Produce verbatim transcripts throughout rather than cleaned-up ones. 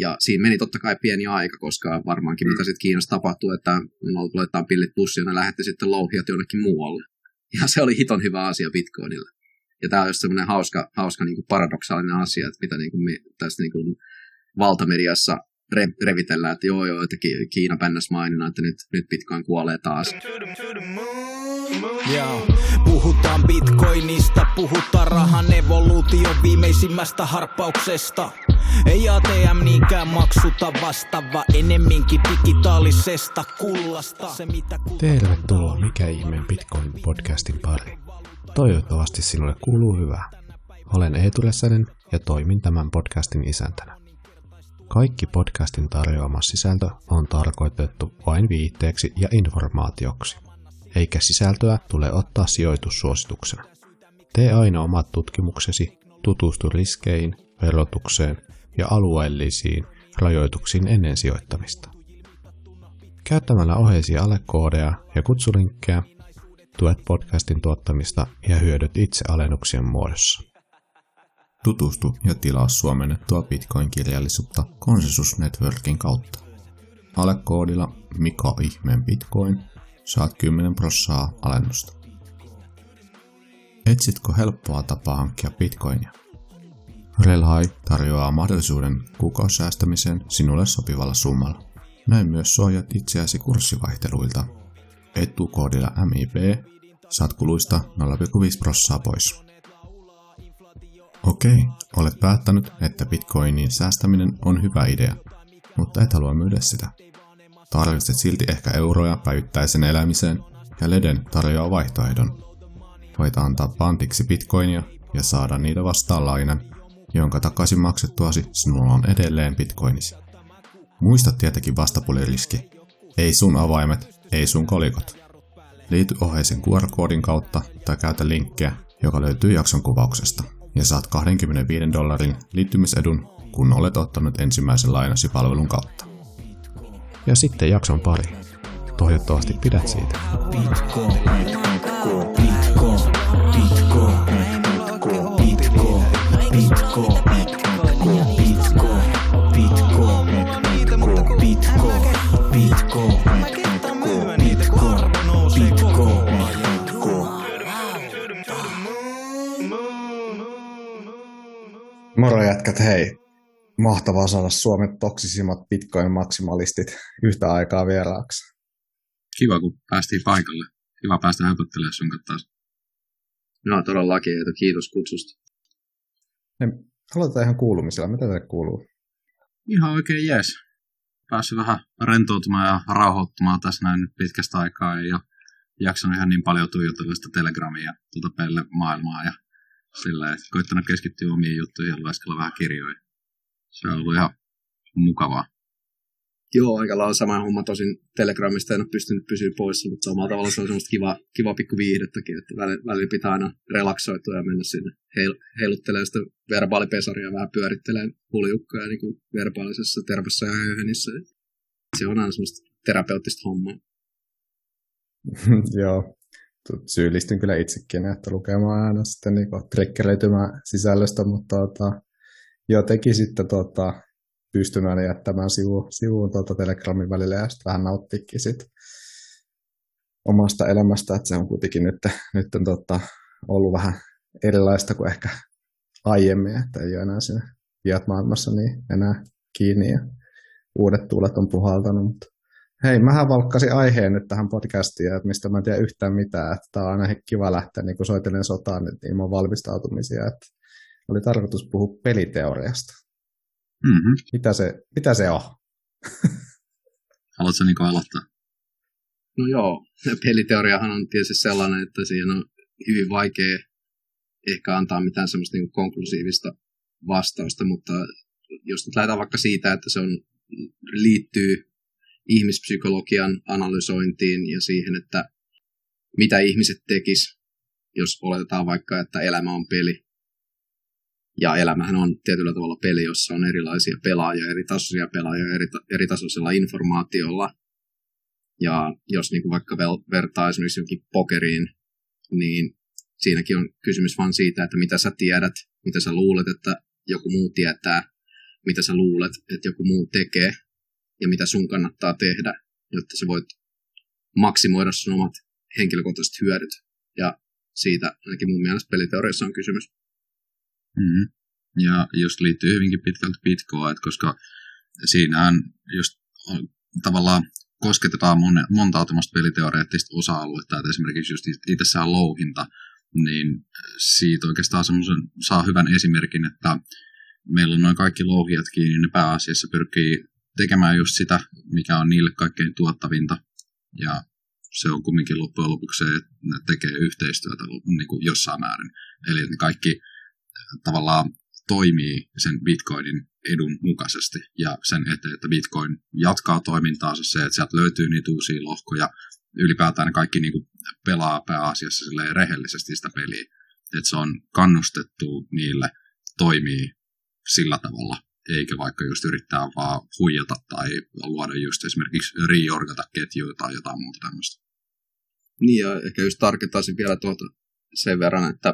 Ja siinä meni totta kai pieni aika, koska varmaankin mitä sitten Kiinassa tapahtuu, että laitetaan pillit pussiin ja ne lähetti sitten louhijat jonnekin muualle. Ja se oli hiton hyvä asia Bitcoinille. Ja tämä on just semmoinen hauska, hauska niin kuin paradoksaalinen asia, että mitä niin kuin me tässä niin kuin valtamediassa re- revitellään, että joo joo, että Kiina bännäs maininnan, että nyt, nyt Bitcoin kuolee taas. Yeah. Puhutaan Bitcoinista, puhutaan rahan evoluution viimeisimmästä harppauksesta. Ei A T M niinkään maksuta vastaava, enemminkin digitaalisesta kullasta. Se, mitä kulta... Tervetuloa Mikä ihmeen Bitcoin-podcastin pariin. Toivottavasti sinulle kuuluu hyvää. Olen Eetu Räsänen ja toimin tämän podcastin isäntänä. Kaikki podcastin tarjoama sisältö on tarkoitettu vain viitteeksi ja informaatioksi, eikä sisältöä tule ottaa sijoitussuosituksena. Tee aina omat tutkimuksesi, tutustu riskeihin, verotukseen ja alueellisiin rajoituksiin ennen sijoittamista. Käyttämällä oheisia alekoodeja ja kutsulinkkejä tuet podcastin tuottamista ja hyödyt itse alennuksien muodossa. Tutustu ja tilaa suomennettua Bitcoin-kirjallisuutta Consensus Networkin kautta. Alekoodilla Mika ihmeen Bitcoin saat kymmenen prosenttia alennusta. Etsitkö helppoa tapaa hankkia Bitcoinia? Relhai tarjoaa mahdollisuuden kuukausisäästämiseen sinulle sopivalla summalla. Näin myös suojat itseäsi kurssivaihteluilta. Etukoodilla M I B saat kuluista nolla pilkku viisi prosenttia pois. Okei, olet päättänyt, että Bitcoinin säästäminen on hyvä idea, mutta et halua myydä sitä. Tarvitset silti ehkä euroja päivittäisen elämiseen ja Leden tarjoaa vaihtoehdon. Voit antaa pantiksi Bitcoinia ja saada niitä vastaan lainan, jonka takaisin maksettuasi sinulla on edelleen Bitcoinisi. Muista tietenkin vastapuliriski. Ei sun avaimet, ei sun kolikot. Liity oheisen Q R-koodin kautta tai käytä linkkiä, joka löytyy jakson kuvauksesta. Ja saat kaksikymmentäviisi dollarin liittymisedun, kun olet ottanut ensimmäisen lainasi palvelun kautta. Ja sitten jakson pari. Toivottavasti pidät siitä. Bitcoin, Bitcoin, Bitcoin, Bitcoin, Bitcoin, Bitcoin, Bitcoin, Bitcoin, Bitcoin, Bitcoin, Bitcoin, Bitcoin, Bitcoin, Bitcoin. Moro jätkät, hei. Mahtavaa saada Suomen toksisimmat Bitcoin-maksimalistit yhtä aikaa vieraaksi. Kiva, kun päästiin paikalle. Kiva päästä höpöttelemään sun kanssa. No, todellakin, että kiitos kutsusta. Aloitetaan ihan kuulumisella. Mitä teille kuuluu? Ihan oikein jees. Päässyt vähän rentoutumaan ja rauhoittumaan tässä näin nyt pitkästä aikaa. Ja jaksanut ihan niin paljon tuijotella sitä Telegramia ja tuota pelle maailmaa. Ja sillä että koittanut keskittyä omiin juttuihin ja lueskella vähän kirjoja. Se on ollut ihan mukavaa. Joo, aika lailla sama homma. Tosin Telegramista en ole pystynyt pysyä poissa, mutta samalla tavalla se on semmoista kiva, kiva pikku viihdettäkin, että välillä, välillä pitää aina relaksoitua ja mennä sinne heil, heiluttelemaan sitä verbaalipesaria ja vähän pyörittelemään huljukkoja niin kuin verbaalisessa tervassa ja höyhenissä. Se on aina semmoista terapeuttista hommaa. Joo, syyllistyn kyllä itsekin, että lukemaan aina sitten niin triggeröitymään sisällöstä, mutta tota, jotenkin sitten tota, pystymään jättämään sivuun, sivuun tuota Telegramin välillä ja sitten vähän nauttiikin sit omasta elämästä, että se on kuitenkin nyt, nyt on, tota, ollut vähän erilaista kuin ehkä aiemmin, että ei ole enää siinä viat maailmassa niin enää kiinni ja uudet tuulet on puhaltanut, mutta hei, mähän valkkasin aiheen nyt tähän podcastiin, että mistä mä en tiedä yhtään mitään, että tää on aina kiva lähteä niin kun soitellen sotaan nyt ilman valmistautumisia, että oli tarkoitus puhua peliteoriasta. Mm-hmm. Mitä se, mitä se on? Haluatko niin aloittaa? No joo, peliteoriahan on tietysti sellainen, että siinä on hyvin vaikea ehkä antaa mitään semmoista niin konklusiivista vastausta, mutta jos nyt lähdetään vaikka siitä, että se on, liittyy ihmispsykologian analysointiin ja siihen, että mitä ihmiset tekis, jos oletetaan vaikka, että elämä on peli. Ja elämähän on tietyllä tavalla peli, jossa on erilaisia pelaajia, eri tasoisia pelaajia eri, eri tasoisella informaatiolla. Ja jos niin kuin vaikka vertaa esimerkiksi jonkin pokeriin, niin siinäkin on kysymys vain siitä, että mitä sä tiedät, mitä sä luulet, että joku muu tietää. mitä sä luulet, että joku muu tekee ja mitä sun kannattaa tehdä, jotta sä voit maksimoida sun omat henkilökohtaiset hyödyt. Ja siitä ainakin mun mielestä peliteoriassa on kysymys. Mm-hmm. Ja just liittyy hyvinkin pitkälti Bitcoin, koska siinähän just tavallaan kosketetaan monta tämmöistä peliteoreettista osa-aluetta, että esimerkiksi just itsessään louhinta, niin siitä oikeastaan semmoisen saa hyvän esimerkin, että meillä on noin kaikki louhijatkin, niin ne pääasiassa pyrkii tekemään just sitä, mikä on niille kaikkein tuottavinta, ja se on kumminkin loppujen lopuksi se, että ne tekee yhteistyötä niin kuin jossain määrin. Eli että ne kaikki tavallaan toimii sen Bitcoinin edun mukaisesti ja sen eteen, että Bitcoin jatkaa toimintaansa se, että sieltä löytyy niitä uusia lohkoja. Ylipäätään ne kaikki niin kuin pelaa pääasiassa rehellisesti sitä peliä. Että se on kannustettu niille toimii sillä tavalla, eikä vaikka just yrittää vaan huijata tai luoda just esimerkiksi reorgata ketjua tai jotain muuta tämmöistä. Niin ja ehkä just tarkentaisin vielä tuota sen verran, että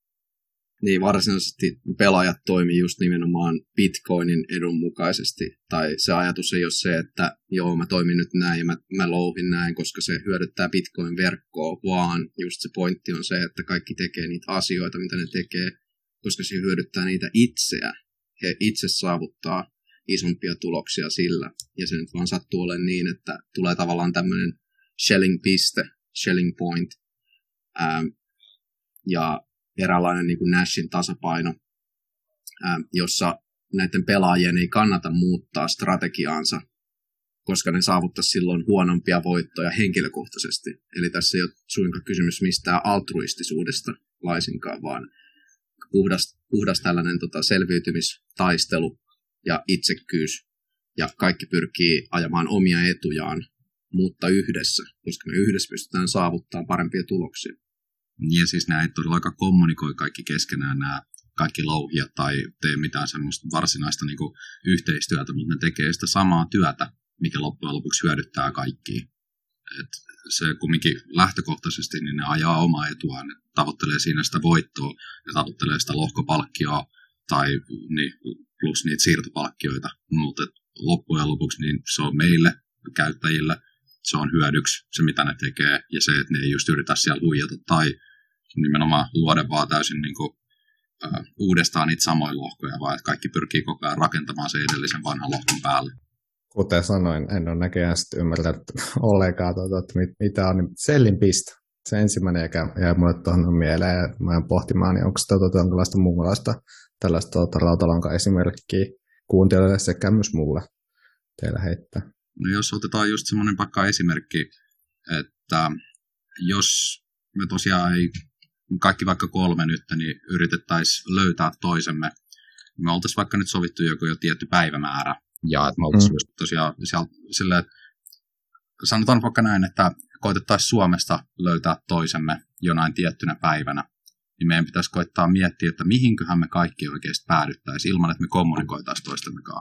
niin varsinaisesti pelaajat toimii just nimenomaan Bitcoinin edun mukaisesti. Tai se ajatus ei ole se, että joo mä toimin nyt näin ja mä, mä louhin näin, koska se hyödyttää Bitcoin-verkkoa, vaan just se pointti on se, että kaikki tekee niitä asioita, mitä ne tekee, koska se hyödyttää niitä itseä. He itse saavuttaa isompia tuloksia sillä. Ja se nyt vaan sattuu olemaan niin, että tulee tavallaan tämmöinen shelling-piste, shelling point, ää, ja eräänlainen niin kuin Nashin tasapaino, ää, jossa näiden pelaajien ei kannata muuttaa strategiaansa, koska ne saavuttaisi silloin huonompia voittoja henkilökohtaisesti. Eli tässä ei ole suinkaan kysymys mistään altruistisuudesta laisinkaan, vaan puhdas, puhdas tällainen tota, selviytymistaistelu ja itsekkyys, ja kaikki pyrkii ajamaan omia etujaan, mutta yhdessä, koska me yhdessä pystytään saavuttamaan parempia tuloksia. Ja siis nämä ei todellakaan kommunikoi kaikki keskenään, nämä kaikki louhijat tai tee mitään semmoista varsinaista niin kuin yhteistyötä, mutta ne tekee sitä samaa työtä, mikä loppujen lopuksi hyödyttää kaikkia. Et se kumminkin lähtökohtaisesti niin ne ajaa omaa etuaan, ne tavoittelee siinä sitä voittoa, ne tavoittelee sitä lohkopalkkioa tai niin, plus niitä siirtopalkkioita, mutta loppujen lopuksi niin se on meille käyttäjille, se on hyödyksi se mitä ne tekee ja se, että ne ei just yritä siellä huijata tai nimenomaan luoda vaan täysin niin kuin, uh, uudestaan niitä samoja lohkoja, vaan että kaikki pyrkii koko ajan rakentamaan se edellisen vanhan lohkon päälle. Kuten sanoin, en ole näköjään sitten ymmärtänyt ollenkaan, tuota, että mitä on niin sellin piste. Se ensimmäinen, joka jäi mulle tuohon mieleen, ja mä en pohtimaan, niin onko tuota jonkinlaista muunlaista tällaista tuota, rautalanka-esimerkkiä kuuntelijoille sekä myös muulle teillä heittää. No jos otetaan just semmoinen vaikka esimerkki, että jos me tosiaan ei kaikki vaikka kolme nyt, niin yritettäisiin löytää toisemme. Me oltaisiin vaikka nyt sovittu joku jo tietty päivämäärä. Ja että me oltaisiin mm. tosiaan siellä, silleen, että sanotaan vaikka näin, että koitettaisiin Suomesta löytää toisemme jonain tiettynä päivänä. Niin meidän pitäisi koittaa miettiä, että mihinköhän me kaikki oikeasti päädyttäisiin ilman, että me kommunikoitaisiin toistemmekaan.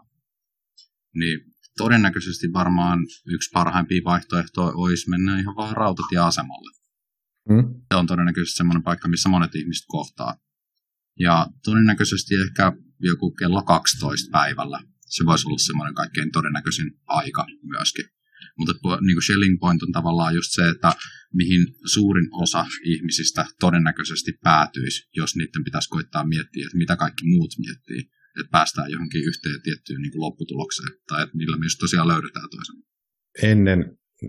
Niin todennäköisesti varmaan yksi parhaimpia vaihtoehtoja olisi mennä ihan vaan rautatieasemalle. Mm. Se on todennäköisesti semmoinen paikka, missä monet ihmiset kohtaa. Ja todennäköisesti ehkä joku kello kaksitoista päivällä. Se voisi olla semmoinen kaikkein todennäköisin aika myöskin. Mutta niin kuin Shelling Point on tavallaan just se, että mihin suurin osa ihmisistä todennäköisesti päätyisi, jos niiden pitäisi koittaa miettiä, että mitä kaikki muut miettii, että päästään johonkin yhteen tiettyyn niin kuin lopputulokseen, tai että millä myös tosiaan löydetään toisen. Ennen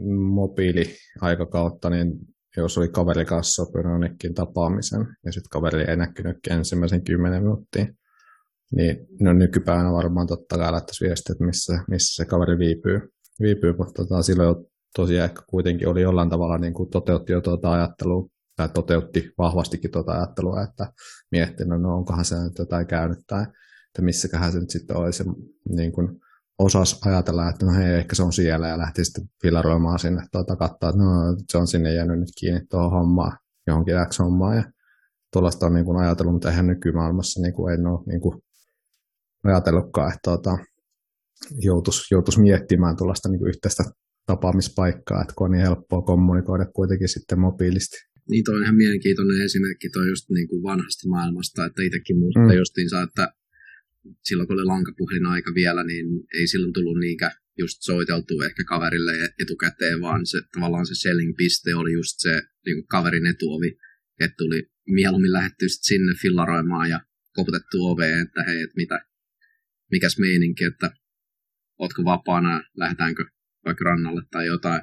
mobiiliaikakautta, niin jos oli kaveri kanssa sopinut jonnekin tapaamisen, ja sitten kaveri ei näkynytkin ensimmäisen kymmenen minuuttia, niin no nykypäivänä varmaan totta kai laittaisi viestiä, että missä, missä se kaveri viipyy. viipyy mutta tota, silloin tosiaan ehkä kuitenkin oli jollain tavalla niin kuin toteutti jo tuota ajattelua, tai toteutti vahvastikin tuota ajattelua, että mietti, no, no onkohan se nyt jotain käynyt, tai että missäköhän se nyt sitten olisi, niin kuin osasi ajatella, että no hei, ehkä se on siellä, ja lähti sitten filaroimaan sinne tuota katsoa, että no se on sinne jäänyt nyt kiinni tuohon hommaan, johonkin X-hommaan, ja tuollaista on niin kuin ajatellut, mutta eihän nykymaailmassa niin kuin ei ole niin kuin ajatellutkaan, että tuota, joutuisi, joutuisi miettimään tuollaista niin kuin yhteistä tapaamispaikkaa, että kun on niin helppoa kommunikoida kuitenkin sitten mobiilisti. Niin, toi on ihan mielenkiintoinen esimerkki toi just niin kuin vanhasta maailmasta, että itsekin muistan mm. justiinsa, että silloin kun oli lankapuhelin aika vielä, niin ei silloin tullut niinkään just soiteltua ehkä kaverille etukäteen, vaan se, tavallaan se selling-piste oli just se niin kuin kaverin etuovi, että tuli mieluummin lähdetty sinne fillaroimaan ja koputettu oveen, että hei, että mitä, mikäs meininki, että ootko vapaana, lähdetäänkö vaikka rannalle tai jotain.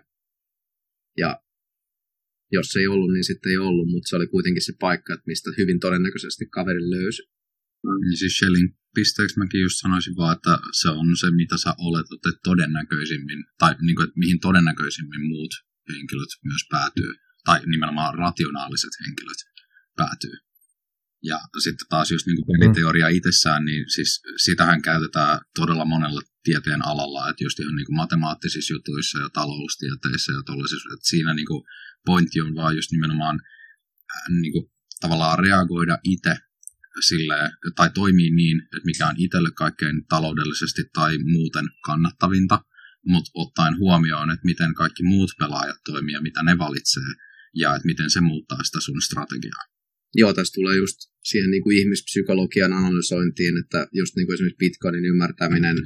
Ja jos ei ollut, niin sitten ei ollut, mutta se oli kuitenkin se paikka, että mistä hyvin todennäköisesti kaverin löysi. Niin siis Shelling pisteeksi mäkin just sanoisin vaan, että se on se, mitä sä oletat, että todennäköisimmin, tai niin kuin, että mihin todennäköisimmin muut henkilöt myös päätyy, tai nimenomaan rationaaliset henkilöt päätyy. Ja sitten taas just niin kuin peliteoria itsessään, niin siis sitähän käytetään todella monella tieteen alalla, että just ihan niin kuin matemaattisissa jutuissa ja taloustieteissä ja tollisissa, että siinä niin kuin pointti on vaan just nimenomaan niin kuin tavallaan reagoida itse silleen, tai toimii niin, että mikä on itselle kaikkein taloudellisesti tai muuten kannattavinta, mutta ottaen huomioon, että miten kaikki muut pelaajat toimii ja mitä ne valitsee, ja että miten se muuttaa sitä sun strategiaa. Joo, tässä tulee just siihen niin kuin ihmispsykologian analysointiin, että just niin kuin esimerkiksi Bitcoinin ymmärtäminen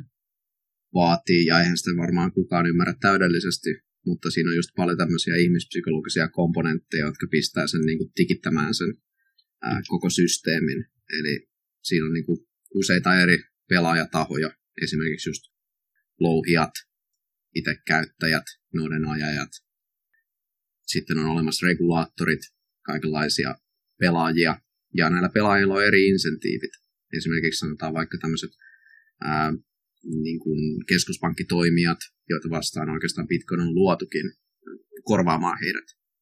vaatii, ja eihän sitä varmaan kukaan ymmärrä täydellisesti, mutta siinä on just paljon tämmöisiä ihmispsykologisia komponentteja, jotka pistää sen niin kuin tikittämään sen ää, koko systeemin. Eli siinä on niin kuin useita eri pelaajatahoja, esimerkiksi just louhijat, itse käyttäjät, noiden ajajat. Sitten on olemassa regulaattorit, kaikenlaisia pelaajia, ja näillä pelaajilla on eri insentiivit. Esimerkiksi sanotaan vaikka tämmöiset ää, niin kuin keskuspankkitoimijat, joita vastaan oikeastaan Bitcoin on luotukin korvaamaan heidät.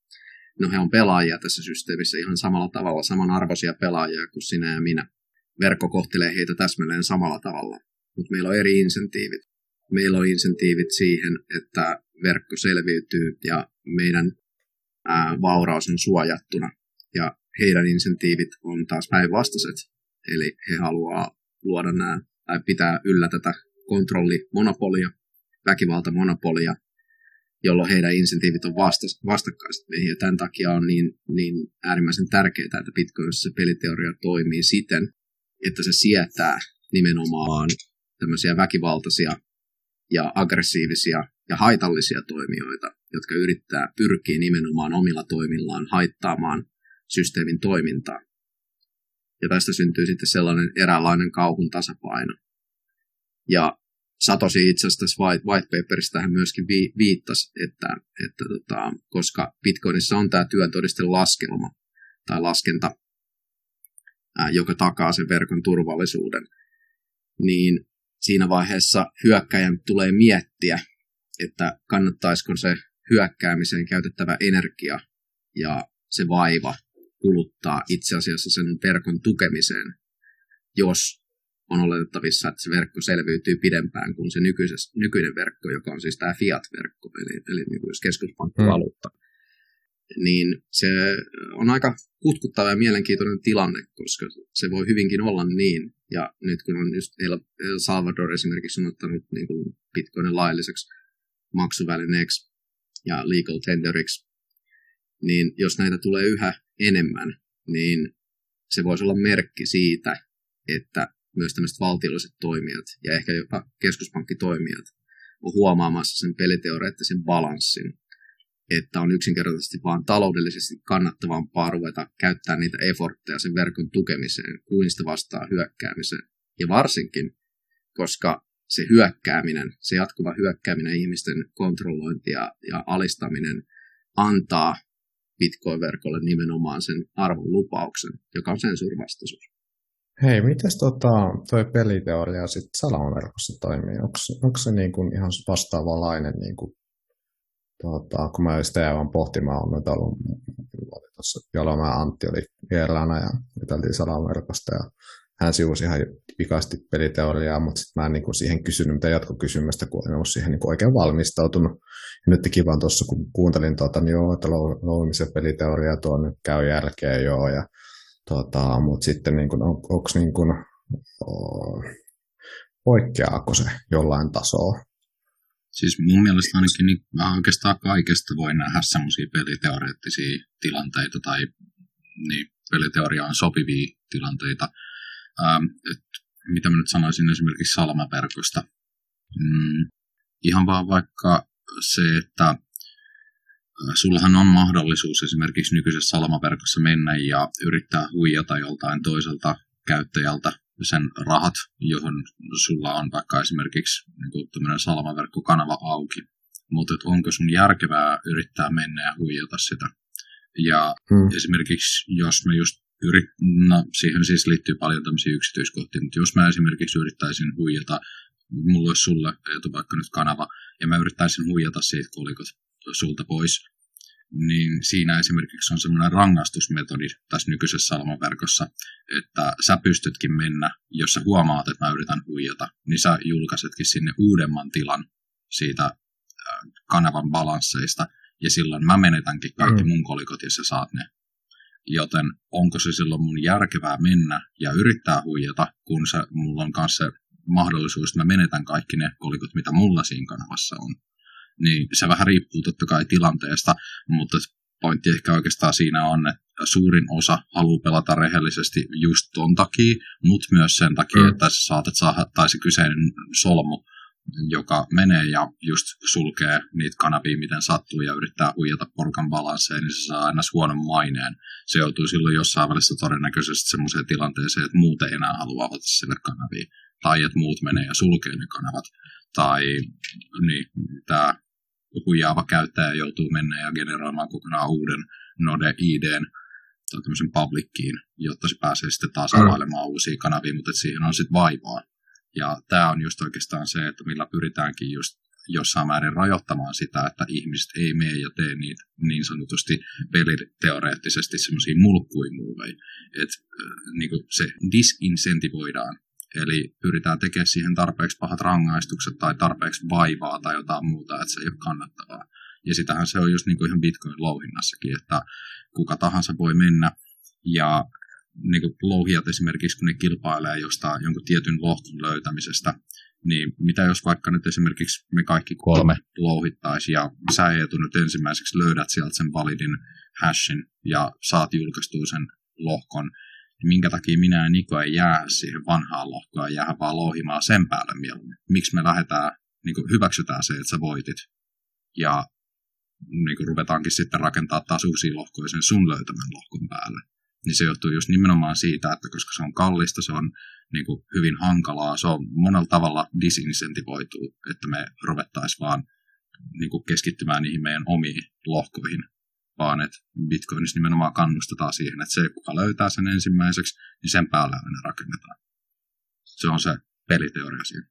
No he on pelaajia tässä systeemissä ihan samalla tavalla, samanarvoisia pelaajia kuin sinä ja minä. Verkko kohtelee heitä täsmälleen samalla tavalla, mutta meillä on eri insentiivit. Meillä on insentiivit siihen, että verkko selviytyy ja meidän ää, vauraus on suojattuna. Ja heidän insentiivit on taas päinvastaiset. Eli he haluaa luoda nämä, tai pitää yllä tätä kontrollimonopolia, väkivaltamonopolia, jolloin heidän insentiivit on vastakkaiset meihin. Ja tämän takia on niin, niin äärimmäisen tärkeää, että Bitcoinissa se peliteoria toimii siten, että se sietää nimenomaan tämmöisiä väkivaltaisia ja aggressiivisia ja haitallisia toimijoita, jotka yrittää pyrkiä nimenomaan omilla toimillaan haittaamaan systeemin toimintaa. Ja tästä syntyy sitten sellainen eräänlainen kauhun tasapaino. Ja Satoshi itse asiassa tässä white, white paperissa tähän myöskin vi, viittasi, että, että tota, koska Bitcoinissa on tämä työtodistelaskelma tai laskenta, ää, joka takaa sen verkon turvallisuuden, niin siinä vaiheessa hyökkäjän tulee miettiä, että kannattaisiko se hyökkäämiseen käytettävä energia ja se vaiva kuluttaa itse asiassa sen verkon tukemiseen, jos on oletettavissa, että se verkko selviytyy pidempään kuin se nykyinen verkko, joka on siis tämä fiat-verkko, eli, eli niin kuin keskuspankkivaluutta. Mm. Niin se on aika kutkuttava ja mielenkiintoinen tilanne, koska se voi hyvinkin olla niin. Ja nyt kun on just El Salvador esimerkiksi on ottanut niin kuin Bitcoinin lailliseksi maksuvälineeksi ja legal tenderiksi, niin jos näitä tulee yhä enemmän, niin se voisi olla merkki siitä, että myös tämmöiset valtiolliset toimijat ja ehkä jopa keskuspankkitoimijat on huomaamassa sen peliteoreettisen balanssin, että on yksinkertaisesti vaan taloudellisesti kannattavampaa ruveta käyttää niitä effortteja sen verkon tukemiseen kuin sitä vastaan hyökkäämiseen. Ja varsinkin, koska se hyökkääminen, se jatkuva hyökkääminen, ihmisten kontrollointi ja, ja alistaminen antaa Bitcoin-verkolle nimenomaan sen arvon lupauksen, joka on sensuurivastaisuus. Hei, mites tota, toi peliteoria sitten salamaverkossa toimii? Onko se niin kuin ihan vastaavanlainen, niin kuin, tota, kun mä sitä jäin pohtimaan, on nyt ollut tuossa Jalomäen Antti oli vieraana ja juteltiin salamaverkosta ja hän sivusi ihan pikaisesti peliteoriaa, mutta sitten mä en niin kuin siihen kysynyt mitään jatkokysymystä, kun en ollut siihen niin kuin oikein valmistautunut. Ja nyt kivan tuossa, kun kuuntelin, tuota, niin joo, että luomisen peliteoria tuo nyt käy jälkeen joo, ja Tota, mutta sitten niin kun, on, onko niin kun, oh, poikkeaako se jollain tasolla? Siis mun mielestä ainakin niin oikeastaan kaikesta voi nähdä semmoisia peliteoreettisia tilanteita tai niin, peliteoriaan sopivia tilanteita. Ähm, et mitä mä nyt sanoisin esimerkiksi salamaverkosta. Mm, ihan vaan vaikka se, että sullahan on mahdollisuus esimerkiksi nykyisessä salamaverkossa mennä ja yrittää huijata joltain toiselta käyttäjältä sen rahat, johon sulla on vaikka esimerkiksi niin tämmöinen salamaverkkokanava auki. Mutta onko sun järkevää yrittää mennä ja huijata sitä? Ja hmm. esimerkiksi jos mä just yrit... no siihen siis liittyy paljon tämmöisiä yksityiskohtia, mutta jos mä esimerkiksi yrittäisin huijata, mulla olisi sulle Eetu vaikka nyt kanava, ja mä yrittäisin huijata siitä kolikot sulta pois, niin siinä esimerkiksi on semmoinen rangaistusmetodi tässä nykyisessä salamaverkossa, että sä pystytkin mennä, jos sä huomaat, että mä yritän huijata, niin sä julkaisetkin sinne uudemman tilan siitä kanavan balansseista, ja silloin mä menetänkin kaikki mun kolikot, ja sä saat ne. Joten onko se silloin mun järkevää mennä ja yrittää huijata, kun se, mulla on kanssa se mahdollisuus, että mä menetän kaikki ne kolikot, mitä mulla siinä kanavassa on. Niin se vähän riippuu totta kai tilanteesta, mutta pointti ehkä oikeastaan siinä on, että suurin osa haluaa pelata rehellisesti just ton takia, mutta myös sen takia, mm. että sä saatat saada, tai se kyseinen solmu, joka menee ja just sulkee niitä kanavia, miten sattuu, ja yrittää huijata porukan balansseja, niin se saa aina huonon maineen. Se joutuu silloin jossain välissä todennäköisesti semmoiseen tilanteeseen, että muut ei enää halua avata sille kanavia, tai että muut menee ja sulkee ne kanavat, tai niin, tämä huijaava käyttäjä joutuu mennä ja generoimaan kokonaan uuden Node I D:n tai tämmöisen publiciin, jotta se pääsee sitten taas availemaan uusia kanavia, mutta siihen on sitten vaivaa. Ja tämä on just oikeastaan se, että millä pyritäänkin just jossain määrin rajoittamaan sitä, että ihmiset ei mene ja tee niitä niin sanotusti peliteoreettisesti semmoisia mulkkuimuuveja. Että niin se disincentivoidaan. Eli pyritään tekemään siihen tarpeeksi pahat rangaistukset tai tarpeeksi vaivaa tai jotain muuta, että se ei ole kannattavaa. Ja sitähän se on just niin kuin ihan Bitcoin-louhinnassakin, että kuka tahansa voi mennä ja niin kuin louhijat esimerkiksi, kun ne kilpailee jostain jonkun tietyn lohkon löytämisestä, niin mitä jos vaikka nyt esimerkiksi me kaikki kolme louhittaisiin ja sä Eetu nyt ensimmäiseksi löydät sieltä sen validin hashin ja saat julkaistua sen lohkon, niin minkä takia minä ja Niko ei jää siihen vanhaan lohkoon ja jää vaan louhimaan sen päälle mieluummin. Miksi me lähdetään, niin kuin hyväksytään se, että sä voitit ja niin kuin ruvetaankin sitten rakentaa taas uusia lohkoja sen sun löytämän lohkon päälle. Niin se johtuu just nimenomaan siitä, että koska se on kallista, se on niin kuin hyvin hankalaa, se on monella tavalla disincentivoituu, että me ruvettaisiin vaan niin kuin keskittymään niihin meidän omiin lohkoihin, vaan että Bitcoinissa nimenomaan kannustetaan siihen, että se, kuka löytää sen ensimmäiseksi, niin sen päälle aina rakennetaan. Se on se peliteoria siinä.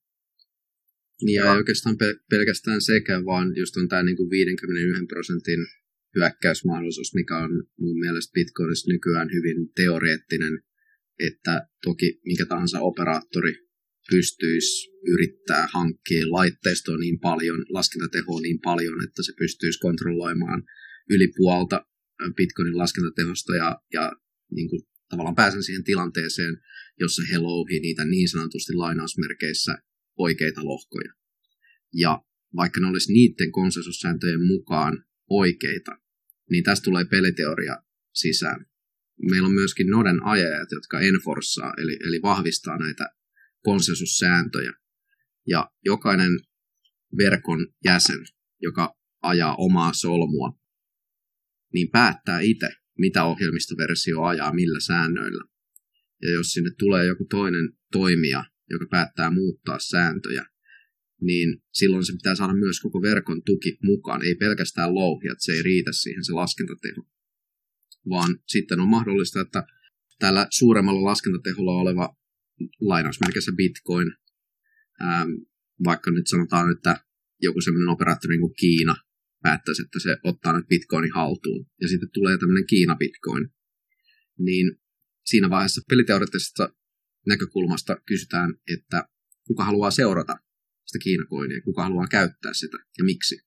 Ja ei oikeastaan pe- pelkästään sekä, vaan just on tämä niinku viisikymmentäyksi prosentin hyökkäysmahdollisuus, mikä on mun mielestä Bitcoinissa nykyään hyvin teoreettinen, että toki mikä tahansa operaattori pystyisi yrittää hankkia laitteistoa niin paljon, laskentatehoa niin paljon, että se pystyisi kontrolloimaan yli puolta Bitcoinin laskentatehosta ja, ja niin kuin tavallaan pääsen siihen tilanteeseen, jossa he louhii niitä niin sanotusti lainausmerkeissä oikeita lohkoja. Ja vaikka ne olisi niiden konsensussääntöjen mukaan oikeita, niin tästä tulee peliteoria sisään. Meillä on myöskin Noden ajajat, jotka enforcea, eli, eli vahvistaa näitä konsensussääntöjä. Ja jokainen verkon jäsen, joka ajaa omaa solmua, niin päättää itse, mitä ohjelmistoversio ajaa, millä säännöillä. Ja jos sinne tulee joku toinen toimija, joka päättää muuttaa sääntöjä, niin silloin se pitää saada myös koko verkon tuki mukaan. Ei pelkästään louhijat, se ei riitä siihen se laskentateho. Vaan sitten on mahdollista, että tällä suuremmalla laskentateholla oleva lainausmerkissä Bitcoin, ää, vaikka nyt sanotaan, että joku sellainen operaattori kuin Kiina päättäisi, että se ottaa nyt Bitcoinin haltuun, ja sitten tulee tämmöinen Kiina-Bitcoin, niin siinä vaiheessa peliteoreettisesta näkökulmasta kysytään, että kuka haluaa seurata sitä Kiina-coinia, kuka haluaa käyttää sitä ja miksi.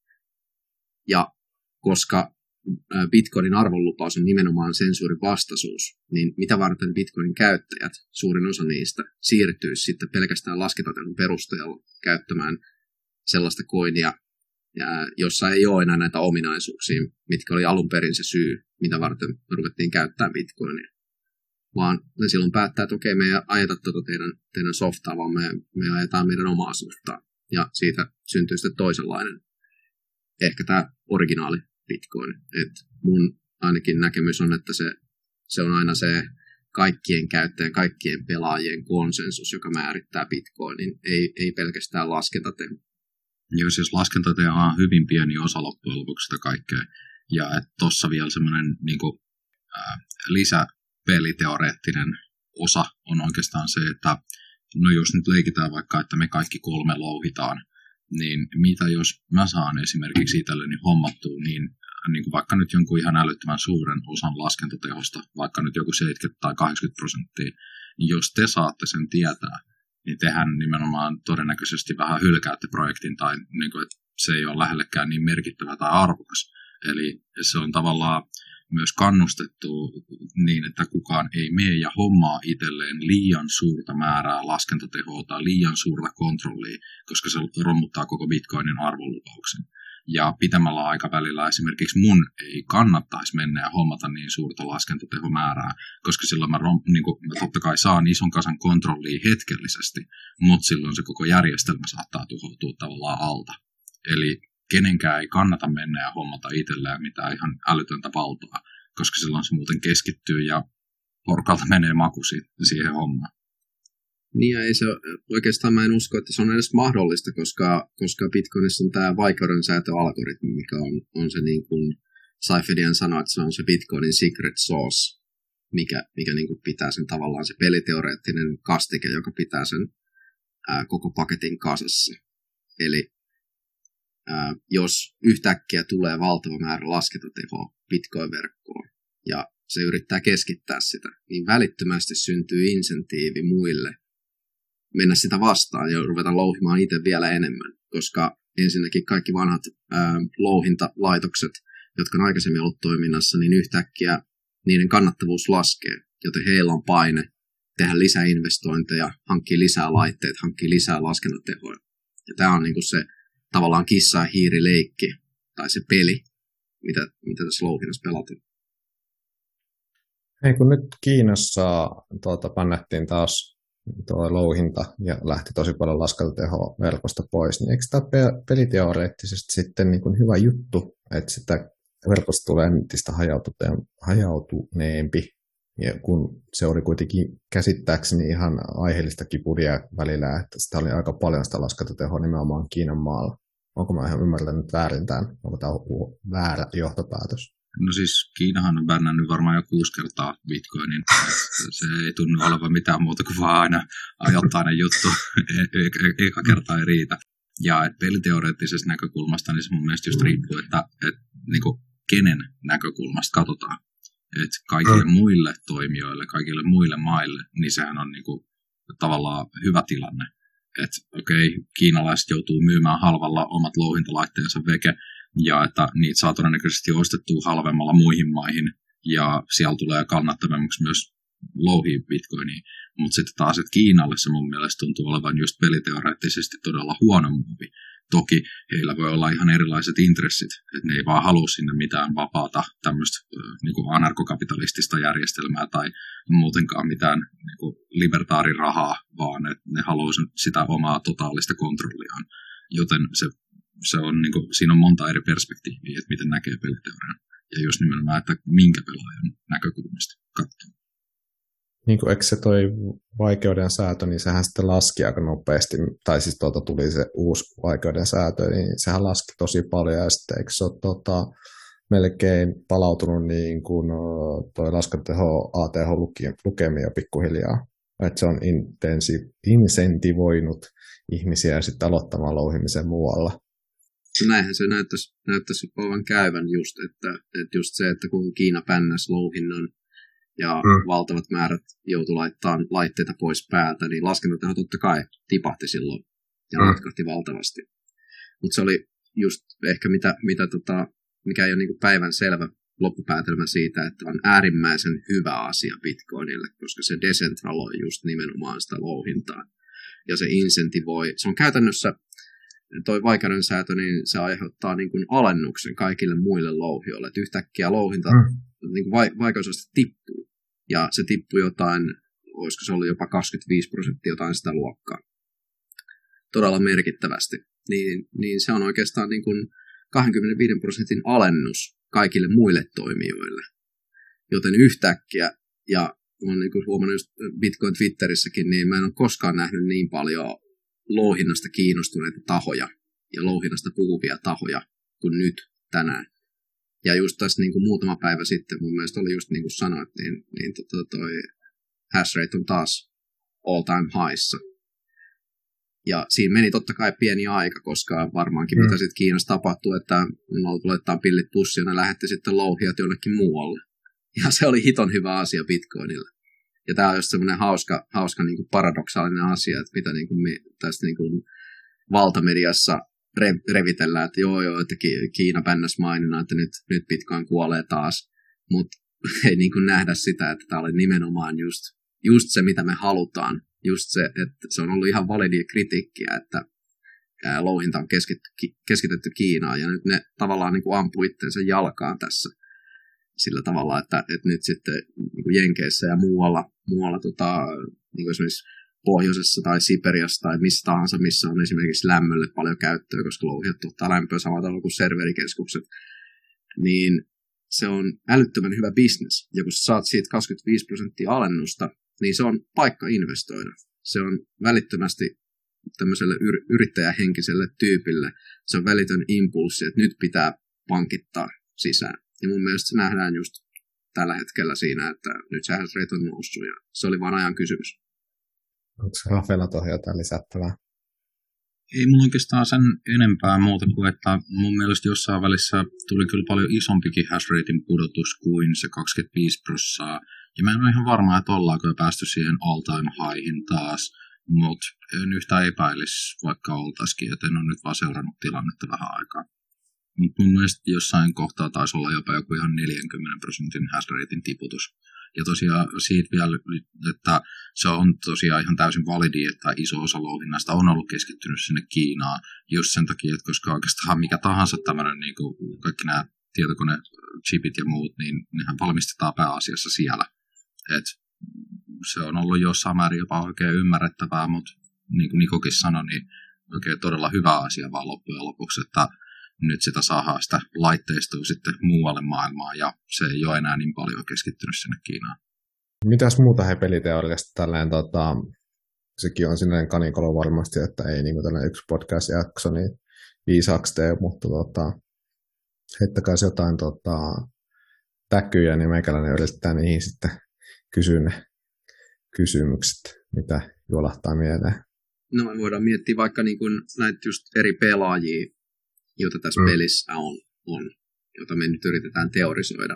Ja koska Bitcoinin arvonlupaus on nimenomaan sensuurin vastaisuus, niin mitä varten Bitcoinin käyttäjät, suurin osa niistä, siirtyisi sitten pelkästään laskentatehon perusteella käyttämään sellaista coinia, jossa ei ole enää näitä ominaisuuksia, mitkä oli alun perin se syy, mitä varten ruvettiin käyttämään Bitcoinia. vaan ne silloin päättää, että okei, me ei ajeta tuota teidän, teidän softaa, vaan me, me ajetaan meidän omaa softaa. Ja siitä syntyy sitten toisenlainen, ehkä tämä originaali Bitcoin. Et mun ainakin näkemys on, että se, se on aina se kaikkien käyttäjien, kaikkien pelaajien konsensus, joka määrittää Bitcoinin, ei, ei pelkästään laskentateho. Joo, siis laskentateho on hyvin pieni osa loppujen lopuksi sitä kaikkea. Ja tuossa vielä semmoinen niin kuin, ää, lisäpeliteoreettinen osa on oikeastaan se, että no jos nyt leikitään vaikka, että me kaikki kolme louhitaan, niin mitä jos mä saan esimerkiksi itselleni hommattua niin, niin kuin vaikka nyt jonkun ihan älyttömän suuren osan laskentatehosta, vaikka nyt joku seitsemänkymmentä tai kahdeksankymmentä prosenttia, niin jos te saatte sen tietää, niin tehän nimenomaan todennäköisesti vähän hylkäätte projektin tai niin kuin, että se ei ole lähellekään niin merkittävä tai arvokas. Eli se on tavallaan myös kannustettu niin, että kukaan ei mene ja hommaa itselleen liian suurta määrää laskentatehoa tai liian suurta kontrollia, koska se romuttaa koko Bitcoinin arvolupauksen. Ja pitemmällä aikavälillä esimerkiksi mun ei kannattaisi mennä ja hommata niin suurta laskentatehomäärää, koska silloin mä, niin kuin, mä totta kai saan ison kasan kontrollia hetkellisesti, mutta silloin se koko järjestelmä saattaa tuhoutua tavallaan alta. Eli kenenkään ei kannata mennä ja hommata itselleen mitään ihan älytöntä valtaa, koska silloin se muuten keskittyy ja porkalta menee maku siihen hommaan. Niin ja ei se, oikeastaan mä en usko, että se on edes mahdollista, koska, koska Bitcoinissa on tämä vaikeuden säätöalgoritmi, mikä on, on se niin kuin Saifedian sanoi, että se on se Bitcoinin secret sauce, mikä, mikä niin kuin pitää sen tavallaan se peliteoreettinen kastike, joka pitää sen ää, koko paketin kasassa. Eli ää, jos yhtäkkiä tulee valtava määrä laskentatehoa Bitcoin-verkkoon ja se yrittää keskittää sitä, niin välittömästi syntyy insentiivi muille mennä sitä vastaan ja ruveta louhimaan itse vielä enemmän, koska ensinnäkin kaikki vanhat ää, louhintalaitokset, jotka on aikaisemmin ollut toiminnassa, niin yhtäkkiä niiden kannattavuus laskee, joten heillä on paine tehdä lisää investointeja, hankkia lisää laitteita, hankkia lisää laskentatehoja. Ja tämä on niinku se tavallaan kissa ja hiiri leikki, tai se peli, mitä, mitä tässä louhinnassa pelataan. Hei, kun nyt Kiinassa tuota, pannettiin taas tuo louhinta ja lähti tosi paljon laskentatehoa verkosta pois, niin eikö tämä peliteoreettisesti sitten niin kuin hyvä juttu, että sitä verkosta tulee entistä hajautuneempi, ja kun se oli kuitenkin käsittääkseni ihan aiheellista kipuria välillä, että sitä oli aika paljon sitä laskentatehoa nimenomaan Kiinan maalla. Onko mä ihan ymmärtänyt väärin tämän? Onko tämä väärä johtopäätös? No siis Kiinahan on bännännyt varmaan jo kuusi kertaa Bitcoinin. Se ei tunnu olevan mitään muuta kuin vaan aina ajoittainen juttu. Eka kertaa ei riitä. Ja et peliteoreettisesta näkökulmasta niin se mun mielestä just riippuu, että et, niinku, kenen näkökulmasta katsotaan. Että kaikille mm. muille toimijoille, kaikille muille maille, niin sehän on niinku, tavallaan hyvä tilanne. Että okei, okay, kiinalaiset joutuu myymään halvalla omat louhintalaitteensa veke, ja että niitä saa todennäköisesti ostettua halvemmalla muihin maihin, ja siellä tulee kannattavammaksi myös louhia Bitcoinia. Mutta sitten taas, että Kiinalle se mun mielestä tuntuu olevan just peliteoreettisesti todella huono muovi. Toki heillä voi olla ihan erilaiset intressit, että ne ei vaan halua sinne mitään vapaata tämmöistä niin kuin anarkokapitalistista järjestelmää tai muutenkaan mitään niin kuin libertaarirahaa, vaan että ne haluaa sitä omaa totaalista kontrolliaan. Joten se, se on, niin kuin, siinä on monta eri perspektiiviä, että miten näkee peliteorian. Ja just nimenomaan, että minkä pelaajan näkökulmasta katsoo. Niin kuin, eikö se toi vaikeuden säätö, niin sehän sitten laski aika nopeasti, tai siis tuota tuli se uusi vaikeuden säätö, niin sehän laski tosi paljon, ja sitten eikö se ole tota, melkein palautunut niin kuin toi laskentateho A T H-lukemia pikkuhiljaa, että se on intensi, insentivoinut ihmisiä sitten aloittamaan louhimisen muualla. Näinhän se näyttäisi, näyttäisi olevan käyvän just, että, että just se, että kun Kiina pännäsi louhinnan, ja mm. valtavat määrät joutui laittamaan laitteita pois päältä, niin laskentateho totta kai tipahti silloin ja mm. latkahti valtavasti. Mutta se oli just ehkä mitä, mitä tota, mikä ei ole niinku päivän selvä loppupäätelmä siitä, että on äärimmäisen hyvä asia Bitcoinille, koska se desentraloi just nimenomaan sitä louhintaa. Ja se insentivoi, se on käytännössä, toi vaikeuden säätö, niin se aiheuttaa niin kuin alennuksen kaikille muille louhijoille, että yhtäkkiä louhinta, mm. niin kuin vaikeus tippuu. ja se tippui jotain, olisiko se ollut jopa kaksikymmentäviisi prosenttia jotain sitä luokkaa. Todella merkittävästi. Niin, niin se on oikeastaan niin kuin kaksikymmentäviisi prosentin alennus kaikille muille toimijoille. Joten yhtäkkiä, ja olen niin kuin huomannut just Bitcoin Twitterissäkin, niin mä en ole koskaan nähnyt niin paljon louhinnasta kiinnostuneita tahoja ja louhinnasta puhuvia tahoja kuin nyt tänään. Ja just tässä niin kuin muutama päivä sitten, mun mielestä oli just niin kuin sanoit, niin, niin to, to, toi hash rate on taas all time highissa. Ja siinä meni totta kai pieni aika, koska varmaankin mm. mitä sitten Kiinassa tapahtuu, että ne laittaa pillit pussiin ja ne lähetti sitten louhijat jonnekin muualle. Ja se oli hiton hyvä asia Bitcoinille. Ja tämä on just semmoinen hauska, hauska niin kuin paradoksaalinen asia, että mitä niin kuin me tästä niin kuin valtamediassa re- revitellään, että joo joo, että Kiina bännäs maininnan, että nyt, nyt Bitcoin kuolee taas. Mutta ei niin kuin nähdä sitä, että tämä oli nimenomaan just, just se, mitä me halutaan. Just se, että se on ollut ihan validia kritiikkiä, että louhinta on keskitetty, keskitetty Kiinaan, ja nyt ne tavallaan niin kuin ampuu itseensä jalkaan tässä sillä tavalla, että, että nyt sitten niin kuin Jenkeissä ja muualla, muualla tota, niin kuin esimerkiksi pohjoisessa tai Siperiassa tai missä tahansa, missä on esimerkiksi lämmölle paljon käyttöä, koska louhijat tuottaa lämpöä samalla tavalla kuin serverikeskukset, niin se on älyttömän hyvä business, ja kun sä saat siitä kaksikymmentäviisi prosenttia alennusta, niin se on paikka investoida. Se on välittömästi tämmöiselle yr- yrittäjähenkiselle tyypille, se on välitön impulssi, että nyt pitää pankittaa sisään. Ja mun mielestä se nähdään just tällä hetkellä siinä, että nyt se hash rate on noussut, ja se oli vaan ajan kysymys. Onko Rafella tuohon jotain lisättävää? Ei mulla oikeastaan sen enempää muuta kuin, että mun mielestä jossain välissä tuli kyllä paljon isompikin hash ratein pudotus kuin se kaksikymmentäviisi prosenttia. Ja mä en ole ihan varma, että ollaanko jo päästy siihen all-time highhin taas, mutta en yhtään epäilisi, vaikka oltaisikin, että en ole nyt vaan seurannut tilannetta vähän aikaa. Mutta mun mielestä jossain kohtaa taisi olla jopa joku ihan neljänkymmenen prosentin hash ratein tiputus. Ja tosiaan siitä vielä, että se on tosiaan ihan täysin validi, että iso osa louhinnasta on ollut keskittynyt sinne Kiinaan just sen takia, että koska oikeastaan mikä tahansa tämmöinen, niin kuin kaikki nämä tietokone-chipit ja muut, niin nehän valmistetaan pääasiassa siellä. Et se on ollut jossain määrin jopa oikein ymmärrettävää, mutta niin kuin Nikokin sanoi, niin oikein todella hyvä asia vaan loppujen lopuksi, että nyt sitä saadaan sitä laitteistoa sitten muualle maailmaan, ja se ei ole enää niin paljon keskittynyt sinne Kiinaan. Mitäs muuta he peliteoriasta tälleen, tota, sekin on sinne kanikolo varmasti, että ei niin kuin tällainen yksi podcast-jakso, niin viisaaksi tee, mutta tota, heittäkää jotain tota, täkyjä, niin meikäläinen yritetään niihin sitten kysyä ne kysymykset, mitä juolahtaa mieleen. No me voidaan miettiä vaikka niin kuin näitä just eri pelaajia, jota tässä mm. pelissä on, on, jota me nyt yritetään teorisoida.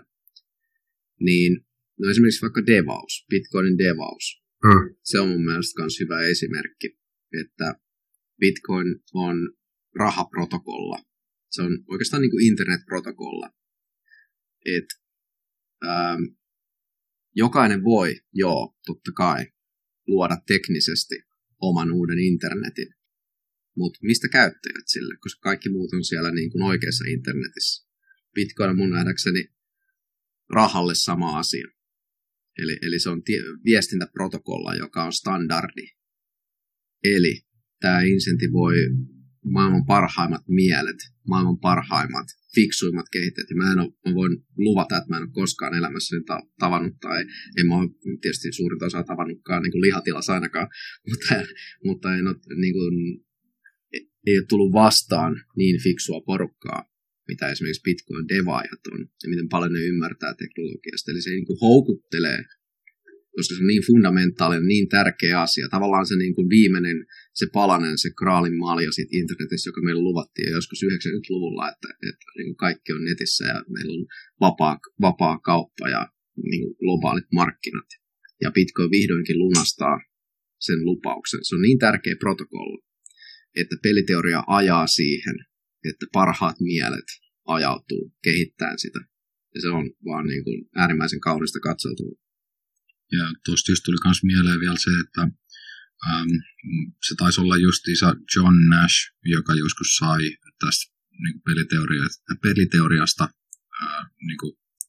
Niin, no esimerkiksi vaikka devaus, Bitcoinin devaus. Mm. Se on mun mielestä myös hyvä esimerkki, että Bitcoin on rahaprotokolla. Se on oikeastaan niin kuin internetprotokolla. Et, ähm, jokainen voi, joo, totta kai, luoda teknisesti oman uuden internetin. Mutta mistä käyttäjät sille, koska kaikki muut on siellä niin kuin oikeassa internetissä. Bitcoin on mun nähdäkseni rahalle sama asia. Eli, eli se on tie, viestintäprotokolla, joka on standardi. Eli tämä insentivoi maailman parhaimmat mielet, maailman parhaimmat, fiksuimmat kehittäjät. Ja mä, en ole, mä voin luvata, että mä en ole koskaan elämässäni ta- tavannut, tai en mä ole tietysti suurinta osaa tavannutkaan niin kuin lihatilassa ainakaan, mutta, mutta en ole niin kuin, ei ole tullut vastaan niin fiksua porukkaa, mitä esimerkiksi Bitcoin-devaajat on, ja miten paljon ne ymmärtää teknologiasta. Eli se niin kuin houkuttelee, koska se on niin fundamentaalinen, niin tärkeä asia. Tavallaan se niin kuin viimeinen, se palanen, se kraalin malja siitä internetissä, joka meillä luvattiin jo joskus yhdeksänkymmentäluvulla, että, että niin kuin kaikki on netissä ja meillä on vapaa, vapaa kauppa ja niin kuin globaalit markkinat. Ja Bitcoin vihdoinkin lunastaa sen lupauksen. Se on niin tärkeä protokolla, että peliteoria ajaa siihen, että parhaat mielet ajautuu kehittämään sitä. Ja se on vaan niin kuin äärimmäisen kaunista katsautua. Ja tuosta just tuli myös mieleen vielä se, että äm, se taisi olla justiinsa John Nash, joka joskus sai tästä niin peliteoria, peliteoriasta ää, niin kuin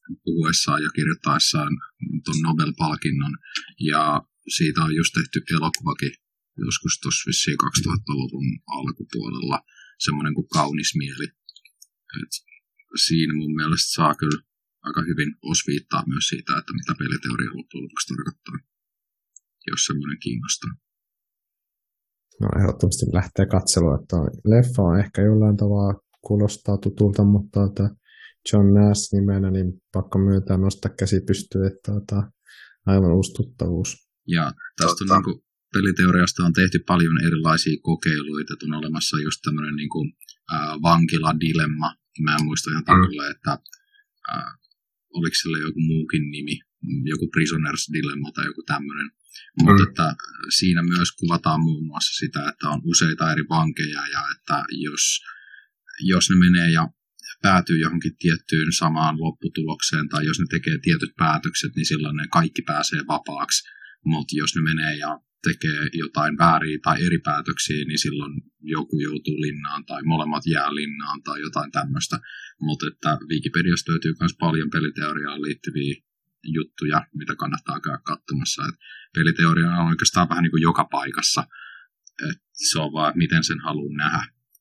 puhuessaan ja kirjoittaessaan tuon Nobel-palkinnon. Ja siitä on just tehty elokuvakin joskus tuossa vissiin kaksituhattaluvun alkupuolella, semmoinen kuin Kaunis mieli. Et siinä mun mielestä saa kyllä aika hyvin osviittaa myös siitä, että mitä peliteoria loppujen lopuksi tarkoittaa, jos semmoinen kiinnostaa. No ehdottomasti lähtee katseluun, että leffa on ehkä jollain tavalla kuulostaa tutulta, mutta että John Nash nimenä, niin pakko myöntää nostaa käsi pystyyn, että on aivan uusi tuttavuus. Ja tästä on, niin kuin, peliteoriasta on tehty paljon erilaisia kokeiluita, että on olemassa just tämmöinen niin kuin, äh, vankiladilemma. Mä en muista ihan tarkalleen, että äh, oliko sille joku muukin nimi, joku Prisoners Dilemma tai joku tämmöinen. Mm. Mutta että siinä myös kuvataan muun muassa sitä, että on useita eri vankeja ja että jos, jos ne menee ja päätyy johonkin tiettyyn samaan lopputulokseen tai jos ne tekee tietyt päätökset, niin silloin ne kaikki pääsee vapaaksi. Mutta jos ne menee ja tekee jotain vääriä tai eri päätöksiä, niin silloin joku joutuu linnaan tai molemmat jää linnaan tai jotain tämmöistä. Mutta että Wikipediasta löytyy myös paljon peliteoriaan liittyviä juttuja, mitä kannattaa käydä katsomassa. Et peliteoria on oikeastaan vähän niin kuin joka paikassa. Et se on vaan, miten sen haluaa nähdä.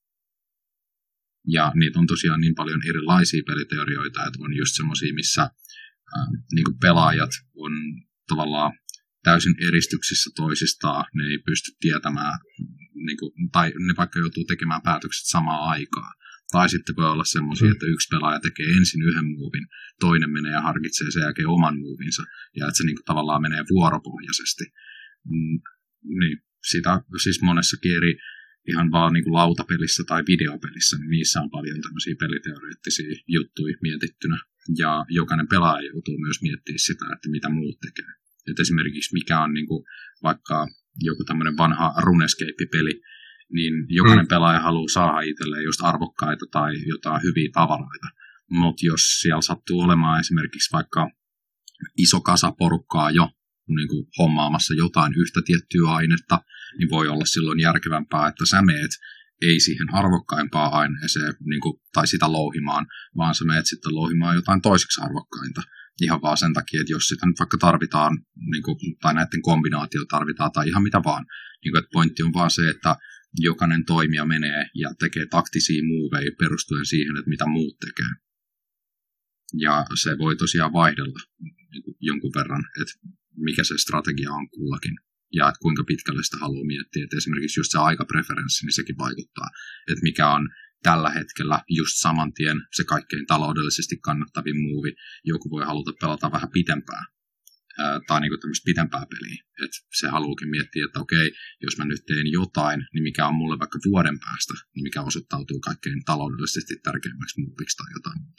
Ja niitä on tosiaan niin paljon erilaisia peliteorioita, että on just semmoisia, missä ää, niin kuin pelaajat on tavallaan täysin eristyksissä toisistaan. Ne ei pysty tietämään, niin kuin, tai ne vaikka joutuu tekemään päätökset samaan aikaan. Tai sitten voi olla semmoisia, että yksi pelaaja tekee ensin yhden muuvin, toinen menee ja harkitsee sen jälkeen oman muuvinsa, ja että se niin kuin, tavallaan menee vuoropohjaisesti. Mm, niin, sitä siis monessakin eri ihan vaan niin kuin lautapelissä tai videopelissä, niin niissä on paljon tämmöisiä peliteoreettisia juttuja mietittynä. Ja jokainen pelaaja joutuu myös miettimään sitä, että mitä muut tekee. Et esimerkiksi mikä on niin kuin, vaikka joku tämmöinen vanha RuneScape-peli, niin jokainen mm. pelaaja haluaa saada itselleen just arvokkaita tai jotain hyviä tavaroita. Mutta jos siellä sattuu olemaan esimerkiksi vaikka iso kasa porukkaa jo niin kuin hommaamassa jotain yhtä tiettyä ainetta, niin voi olla silloin järkevämpää, että sä meet ei siihen arvokkaimpaan aineeseen niin kuin, tai sitä louhimaan, vaan sä meet sitten louhimaan jotain toiseksi arvokkainta. Ihan vaan sen takia, että jos sitä nyt vaikka tarvitaan, niin kuin, tai näiden kombinaatio tarvitaan, tai ihan mitä vaan. Niin kuin, että pointti on vaan se, että jokainen toimija menee ja tekee taktisia moveja perustuen siihen, että mitä muut tekee. Ja se voi tosiaan vaihdella niin kuin jonkun verran, että mikä se strategia on kullakin. Ja että kuinka pitkälle sitä haluaa miettiä. Että esimerkiksi just se aikapreferenssi, niin sekin vaikuttaa. Että mikä on tällä hetkellä just saman tien se kaikkein taloudellisesti kannattavin muuvi. Joku voi haluta pelata vähän pitempään. Ää, tai niin kuin tämmöistä pitempää peliä. Että se haluukin miettiä, että okei, jos mä nyt teen jotain, niin mikä on mulle vaikka vuoden päästä, niin mikä osoittautuu kaikkein taloudellisesti tärkeimmäksi muuviksi tai jotain muuta.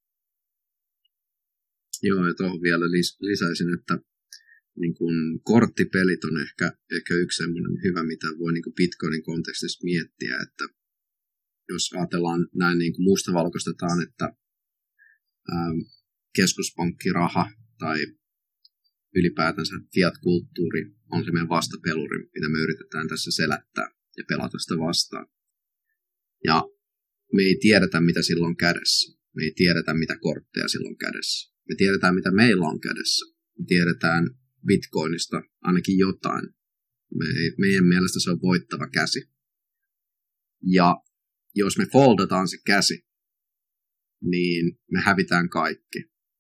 Joo, ja tuohon vielä lis- lisäisin, että niin kun korttipelit on ehkä, ehkä yksi semmoinen hyvä, mitä voi niin kuin Bitcoinin kontekstissa miettiä, että jos ajatellaan näin niin kuin mustavalkoistetaan, että ää, keskuspankkiraha tai ylipäätänsä fiat-kulttuuri on se meidän vastapeluri, mitä me yritetään tässä selättää ja pelata sitä vastaan. Ja me ei tiedetä, mitä silloin on kädessä. Me ei tiedetä, mitä kortteja silloin on kädessä. Me tiedetään, mitä meillä on kädessä. Me tiedetään Bitcoinista ainakin jotain. Me, meidän mielestä se on voittava käsi. Ja jos me foldataan se käsi, niin me hävitään kaikki.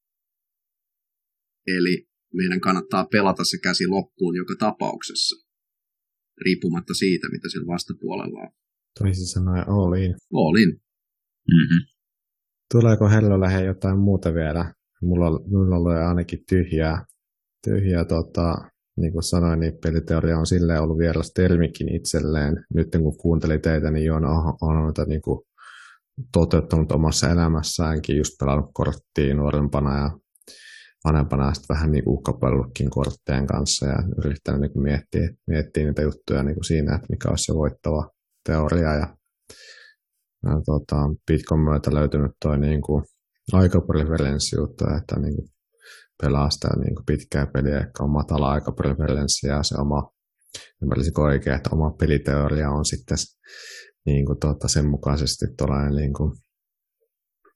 Eli meidän kannattaa pelata se käsi loppuun joka tapauksessa, riippumatta siitä, mitä sillä vastapuolella on. Toisin sanoen all in. All in. Mm-hmm. Tuleeko Hellolle he jotain muuta vielä? Mulla, mulla oli ainakin tyhjää. tyhjää tota, niin kuin sanoin, niin peliteoria on silleen ollut vieras termikin itselleen. Nyt kun kuuntelin teitä, niin on, on noita niin kuin toteuttanut omassa elämässäänkin, just pelannut korttia nuorempana ja vanhempana sitten vähän niin uhkapellutkin korttien kanssa ja yrittänyt niin miettiä, miettiä niitä juttuja niin kuin siinä, että mikä olisi se voittava teoria. Ja, ja tota, Bitcoin myötä löytynyt tuo niin kuin aikapreferenssijuttu, että niin kuin pelaa sitä niin kuin pitkää peliä, ehkä on matala aikapreferenssi ja se oma, ymmärrisikö oikein, että oma peliteoria on sitten niin kuin, tota, sen mukaisesti tuollainen niin kuin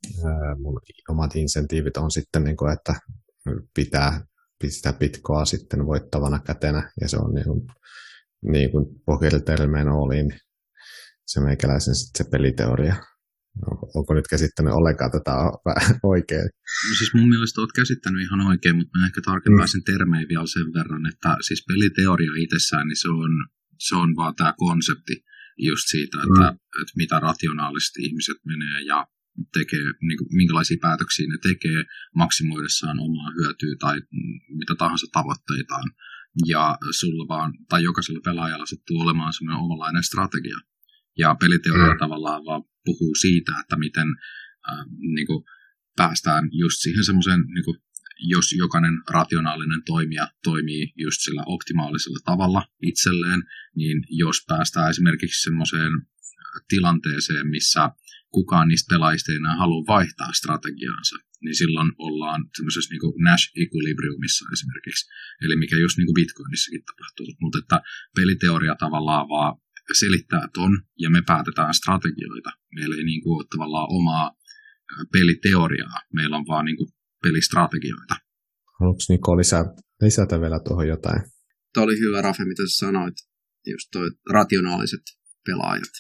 mun omat insentiivit on sitten, niin kuin, että pitää pistää pitkoa sitten voittavana kätenä, ja se on niin kuin, niin kuin pokeritermeen oliin se meikäläisen sitten se peliteoria. Onko, onko nyt käsittänyt ollenkaan tätä oikein? No siis mun mielestä olet käsittänyt ihan oikein, mutta mä ehkä tarkentaisin mm. termejä vielä sen verran, että siis peliteoria itsessään, niin se on, se on vaan tämä konsepti just siitä, että, mm. että mitä rationaalisesti ihmiset menee ja tekee, niin kuin, minkälaisia päätöksiä ne tekee maksimoidessaan omaa hyötyä tai mitä tahansa tavoitteitaan. Ja sulla vaan, tai jokaisella pelaajalla sattuu olemaan semmoinen omanlainen strategia. Ja peliteoria mm. tavallaan vaan puhuu siitä, että miten äh, niin kuin päästään just siihen semmoiseen, niin kuin, jos jokainen rationaalinen toimija toimii just sillä optimaalisella tavalla itselleen, niin jos päästään esimerkiksi semmoiseen tilanteeseen, missä kukaan niistä pelaajista ei enää halua vaihtaa strategiaansa, niin silloin ollaan semmoisessa niin kuin Nash-equilibriumissa esimerkiksi, eli mikä just niin kuin Bitcoinissakin tapahtuu. Mutta että peliteoria tavallaan vaan selittää ton, ja me päätetään strategioita. Meillä ei niin kuin ole tavallaan omaa peliteoriaa, meillä on vaan niin kuin pelistrategioita. Haluatko Niko lisää, lisätä vielä tuohon jotain? Tuo oli hyvä, Rafe, mitä sä sanoit, just toi rationaaliset pelaajat.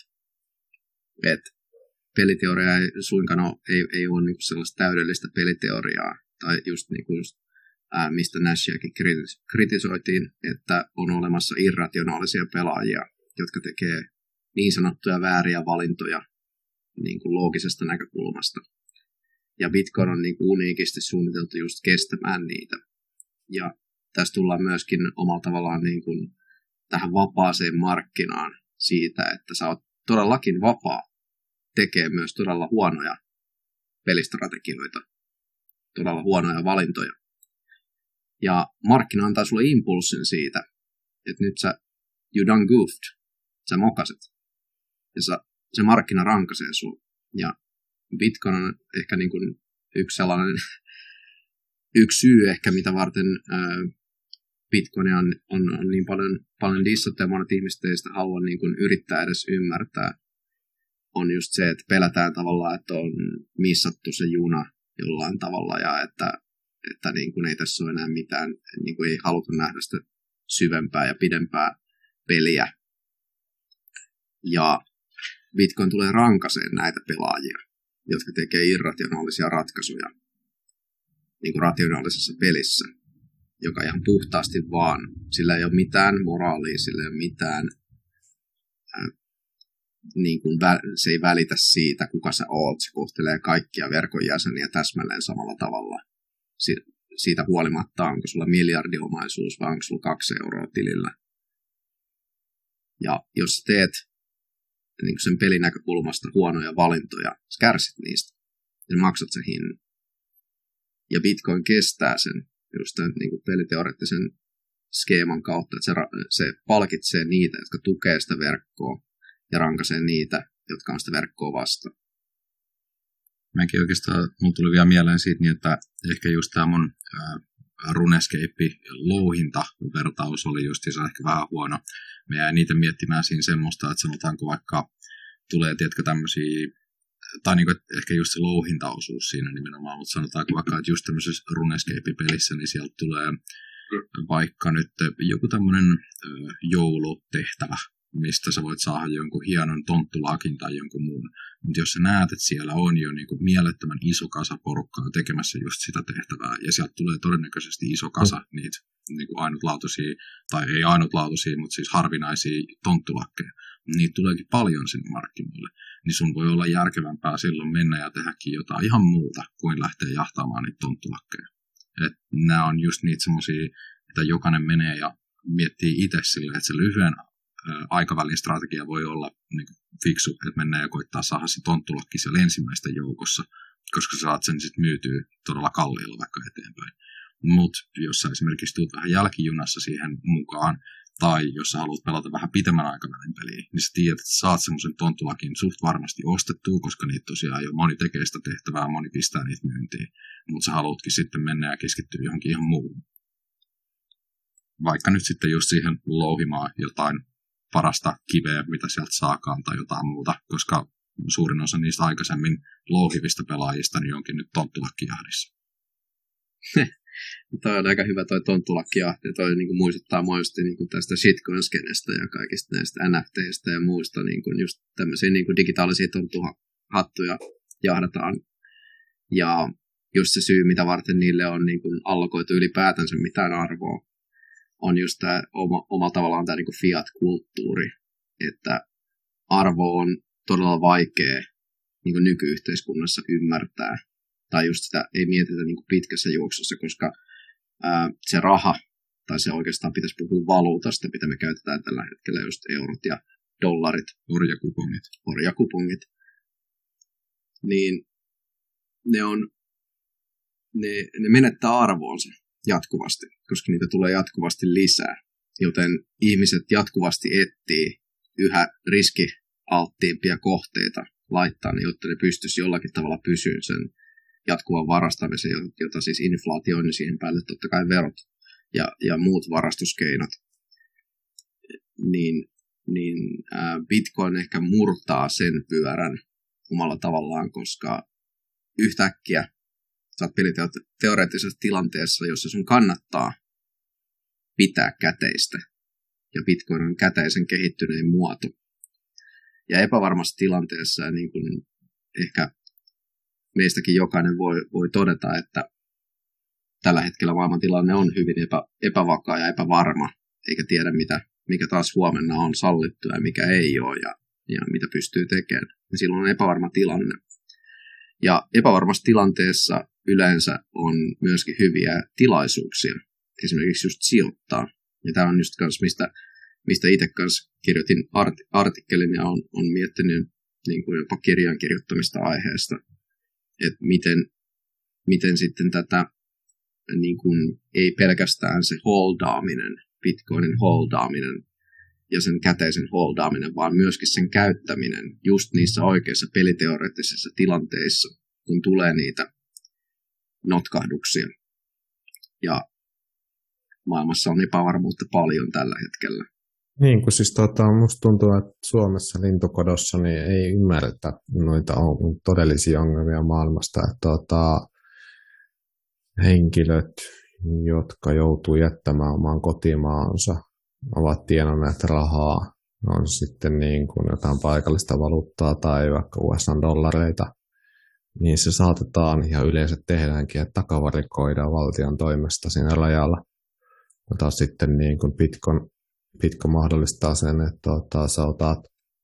Et peliteoria ei suinkaan ole, ei, ei ole niinku sellaista täydellistä peliteoriaa, tai just, niinku just ää, mistä Nashiakin kritisoitiin, että on olemassa irrationaalisia pelaajia, jotka tekee niin sanottuja vääriä valintoja niin kuin loogisesta näkökulmasta. Ja Bitcoin on niin kuin uniikisti suunniteltu just kestämään niitä. Ja tässä tullaan myöskin omalla tavallaan niin kuin tähän vapaaseen markkinaan siitä, että sä oot todellakin vapaa tekee myös todella huonoja pelistrategioita, todella huonoja valintoja. Ja markkina antaa sulle impulssin siitä, että nyt sä you done goofed. Sä mokaset. Ja sä, se markkina rankaisee sun. Ja Bitcoin on ehkä niin kuin yksi sellainen, yksi syy ehkä, mitä varten ää, Bitcoinia on, on, on niin paljon, paljon dissattu, ja monet ihmiset ei sitä halua niin kuin yrittää edes ymmärtää, on just se, että pelätään tavallaan, että on missattu se juna jollain tavalla, ja että, että niin kuin ei tässä ole enää mitään, niin kuin ei haluta nähdä sitä syvempää ja pidempää peliä. Ja Bitcoin tulee rankaseen näitä pelaajia, jotka tekee irrationaalisia ratkaisuja niin kuin rationaalisessa pelissä, joka ihan puhtaasti vaan, sillä ei ole mitään moraalia, sillä ei ole mitään, äh, niin kuin vä, se ei välitä siitä, kuka sä oot, se kohtelee kaikkia verkon jäseniä täsmälleen samalla tavalla. Si, siitä huolimatta, onko sulla miljardiomaisuus vai onko sulla kaksi euroa tilillä. Ja jos teet niin sen pelin näkökulmasta huonoja valintoja, sä kärsit niistä ja maksat sen hinnan. Ja Bitcoin kestää sen just tämän niin kuin peliteoreettisen skeeman kautta, että se, se palkitsee niitä, jotka tukee sitä verkkoa ja rankaisee niitä, jotka on sitä verkkoa vastaan. Mäkin oikeastaan, mulla tuli vielä mieleen siitä, niin että ehkä just tämä mun ää, RuneScape-louhinta-vertaus oli justiinsa ehkä vähän huono. Me jäi niitä miettimään siinä semmoista, että sanotaanko vaikka tulee, tiedätkö, tämmöisiä, tai niin kuin, ehkä just se louhintaosuus siinä nimenomaan, mutta sanotaanko vaikka, että just tämmöisessä RuneScape-pelissä, niin sieltä tulee vaikka nyt joku tämmöinen joulutehtävä, mistä sä voit saada jonkun hienon tonttulakin tai jonkun muun. Mutta jos sä näet, että siellä on jo niinku mielettömän iso kasa porukkaa tekemässä just sitä tehtävää, ja sieltä tulee todennäköisesti iso kasa mm. niitä niinku ainutlaatuisia, tai ei ainutlaatuisia, mutta siis harvinaisia tonttulakkeja, niitä tuleekin paljon sinne markkinoille, niin sun voi olla järkevämpää silloin mennä ja tehdäkin jotain ihan muuta, kuin lähteä jahtaamaan niitä tonttulakkeja. Et nämä on just niitä semmoisia, että jokainen menee ja miettii itse silleen, että se lyhyen aikavälin strategia voi olla niin kuin fiksu, että mennään ja koittaa saada se tonttulakki siellä ensimmäisten joukossa, koska sä saat sen sitten myytyä todella kalliilla vaikka eteenpäin. Mutta jos sä esimerkiksi tulet vähän jälkijunassa siihen mukaan, tai jos sä haluat pelata vähän pitemmän aikavälin peliä, niin sä tiedät, että saat semmoisen tonttulakin suht varmasti ostettua, koska niitä tosiaan jo moni tekee sitä tehtävää, moni pistää niitä myyntiin, mutta sä haluatkin sitten mennä ja keskittyä johonkin ihan muuhun. Vaikka nyt sitten just siihen louhimaan jotain parasta kiveä, mitä sieltä saakaan tai jotain muuta, koska suurin osa niistä aikaisemmin louhivista pelaajista niin onkin nyt tonttulakkijahdissa. Toi on aika hyvä toi tonttulakkijahti. Toi niin kuin muistuttaa muisesti niin kuin tästä shitcoin-skenestä ja kaikista näistä N F T:istä ja muista. Niin kuin just tämmöisiä niin kuin digitaalisia tonttuhattuja jahdataan. Ja just se syy, mitä varten niille on niin kuin allokoitu ylipäätänsä mitään arvoa, on just tämä oma, omalla tavallaan tämä niin kuin fiat-kulttuuri. Että arvo on todella vaikea niin kuin nykyyhteiskunnassa ymmärtää. Tai just sitä ei mietitä niin kuin pitkässä juoksussa, koska ää, se raha, tai se oikeastaan pitäisi puhua valuutasta, mitä me käytetään tällä hetkellä, just eurot ja dollarit. Orjakupongit. Orjakupongit. Niin ne, on, ne, ne menettää arvoonsa jatkuvasti, koska niitä tulee jatkuvasti lisää. Joten ihmiset jatkuvasti etsii yhä riskialttiimpia kohteita laittaa ne, jotta ne pystyisi jollakin tavalla pysyä sen jatkuvan varastamisen, jota siis inflaatio on, niin siihen päälle totta kai verot ja, ja muut varastuskeinot, niin, niin ää, Bitcoin ehkä murtaa sen pyörän omalla tavallaan, koska yhtäkkiä sä oot peliteoreettisessa tilanteessa, jossa sun kannattaa pitää käteistä, ja Bitcoin on käteisen kehittynein muoto. Ja epävarmassa tilanteessa, ja niin kuin ehkä meistäkin jokainen voi, voi todeta, että tällä hetkellä maailmantilanne on hyvin epä, epävakaa ja epävarma, eikä tiedä, mitä, mikä taas huomenna on sallittu ja mikä ei ole, ja, ja mitä pystyy tekemään. Ja silloin on epävarma tilanne. Ja epävarmassa tilanteessa yleensä on myöskin hyviä tilaisuuksia, esimerkiksi just sijoittaa. Ja tämä on just kans, mistä, mistä itse kanssa kirjoitin art- artikkelin ja on, on miettinyt niin kuin jopa kirjan kirjoittamista aiheesta, että miten, miten sitten tätä niin kuin, ei pelkästään se holdaaminen, Bitcoinin holdaaminen ja sen käteisen holdaaminen, vaan myöskin sen käyttäminen just niissä oikeissa peliteoreettisissa tilanteissa, kun tulee niitä notkahduksia. Ja maailmassa on epävarmuutta paljon tällä hetkellä. Niin, kun siis tota, musta tuntuu, että Suomessa lintukodossa niin ei ymmärretä noita todellisia ongelmia maailmasta. Että, tota, henkilöt, jotka joutuu jättämään oman kotimaansa, ovat tienanneet rahaa. On sitten niin kuin jotain paikallista valuuttaa tai vaikka U S A-dollareita. Niin se saatetaan ja yleensä tehdäänkin, että takavarikoidaan valtion toimesta siinä rajalla. Mutta sitten niin kuin Bitcoin, Bitcoin mahdollistaa sen, että tuota, sä otat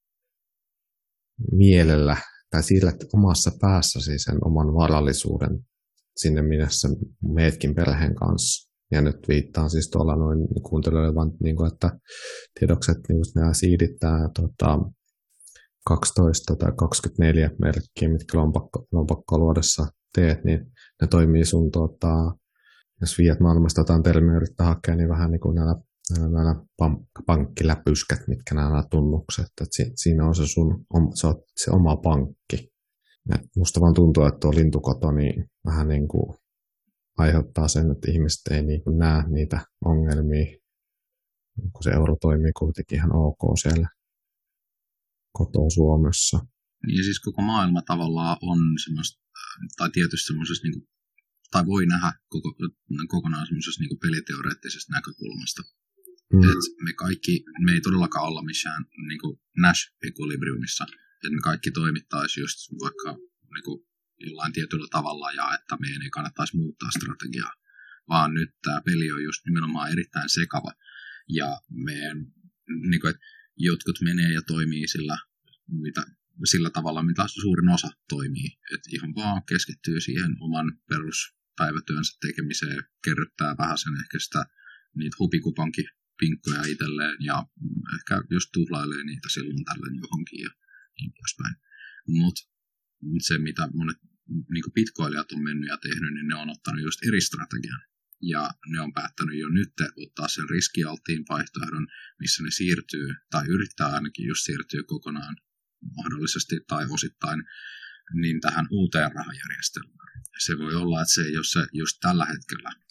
mielellä tai sillä omassa päässäsi sen oman varallisuuden sinne, minne sä meetkin perheen kanssa. Ja nyt viittaan siis tuolla noin kuuntelijoille vaan, niin kuin, että tiedoksi, että niin nämä siidittää tota, kaksitoista tai kaksikymmentäneljä merkkiä, mitkä lompakko, lompakko-luodessa teet, niin ne toimii sun, tota, jos viet maailmasta jotain termiä yrittää hakea, niin vähän niin kuin näillä, näillä pankkiläpyskät, mitkä nämä tunnukset, että siinä on se sun se, on se oma pankki. Ja musta vaan tuntuu, että tuo lintukoto niin vähän niin kuin aiheuttaa sen, että ihmiset ei niin kuin näe niitä ongelmia, kun se euro toimii kuitenkin ihan ok siellä kotoa Suomessa. Ja siis koko maailma tavallaan on semmoista, tai tietysti semmoisesta, niin kuin, tai voi nähdä koko, kokonaan semmoisesta niin kuin peliteoreettisesta näkökulmasta. Mm. Että me kaikki, me ei todellakaan olla missään niin kuin Nash-equilibriumissa, että me kaikki toimittaisi just vaikka niin kuin jollain tietyllä tavalla ja että meidän ei kannattaisi muuttaa strategiaa, vaan nyt tämä peli on just nimenomaan erittäin sekava ja meidän, niin kuin, että jotkut menee ja toimii sillä, mitä, sillä tavalla, mitä suurin osa toimii. Että ihan vaan keskittyy siihen oman peruspäivätyönsä tekemiseen, kerryttää vähän sen ehkä sitä, niitä hupikuponkipinkkoja itselleen ja ehkä just tuhlailee niitä silloin tällöin johonkin ja niin poispäin. Mutta se, mitä monet niin bitcoilijat on mennyt ja tehnyt, niin ne on ottanut just eri strategian. Ja ne on päättänyt jo nyt ottaa sen riskialttiin vaihtoehdon, missä ne siirtyy, tai yrittää ainakin just siirtyä kokonaan mahdollisesti tai osittain niin tähän uuteen rahajärjestelmään. Se voi olla, että se ei ole se just tällä hetkellä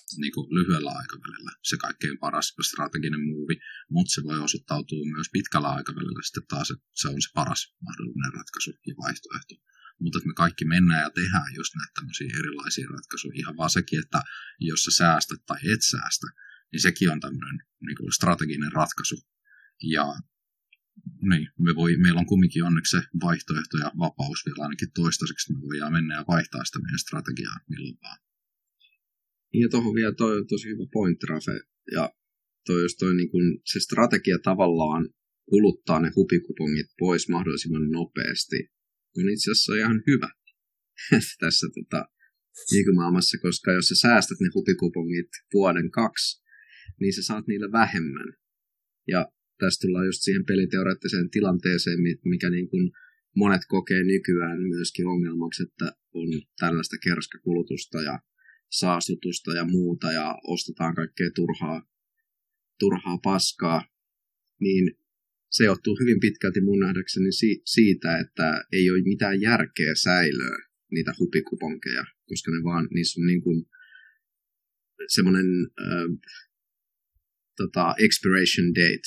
niin kuin lyhyellä aikavälillä se kaikkein paras strateginen muuvi, mutta se voi osoittautua myös pitkällä aikavälillä sitten taas, että se on se paras mahdollinen ratkaisu ja vaihtoehto. Mutta että me kaikki mennään ja tehdään just näitä tämmöisiä erilaisia ratkaisuja. Ihan vaan sekin, että jos sä säästät tai et säästä, niin sekin on tämmöinen niin kuin strateginen ratkaisu. Ja niin, me voi, meillä on kumminkin onneksi se vaihtoehto ja vapaus vielä ainakin toistaiseksi, me voidaan mennä ja vaihtaa sitä meidän strategiaa milloin vaan. Ja tuohon vielä toi on tosi hyvä pointti, Rafe. Ja toi, jos toi niin kun se strategia tavallaan kuluttaa ne hupikupongit pois mahdollisimman nopeasti, on itse asiassa ihan hyvä tässä tota, nykymaailmassa, koska jos sä säästät ne hupikupongit vuoden kaksi, niin sä saat niillä vähemmän. Ja tässä tullaan just siihen peliteoreettiseen tilanteeseen, mikä niin kuin monet kokee nykyään myöskin ongelmaksi, että on tällaista kerskakulutusta ja saastutusta ja muuta ja ostetaan kaikkea turhaa, turhaa paskaa, niin se johtuu hyvin pitkälti mun nähdäkseni siitä, että ei ole mitään järkeä säilöä niitä hupikuponkeja, koska ne vaan, niissä on niin kuin semmoinen äh, tota, expiration date.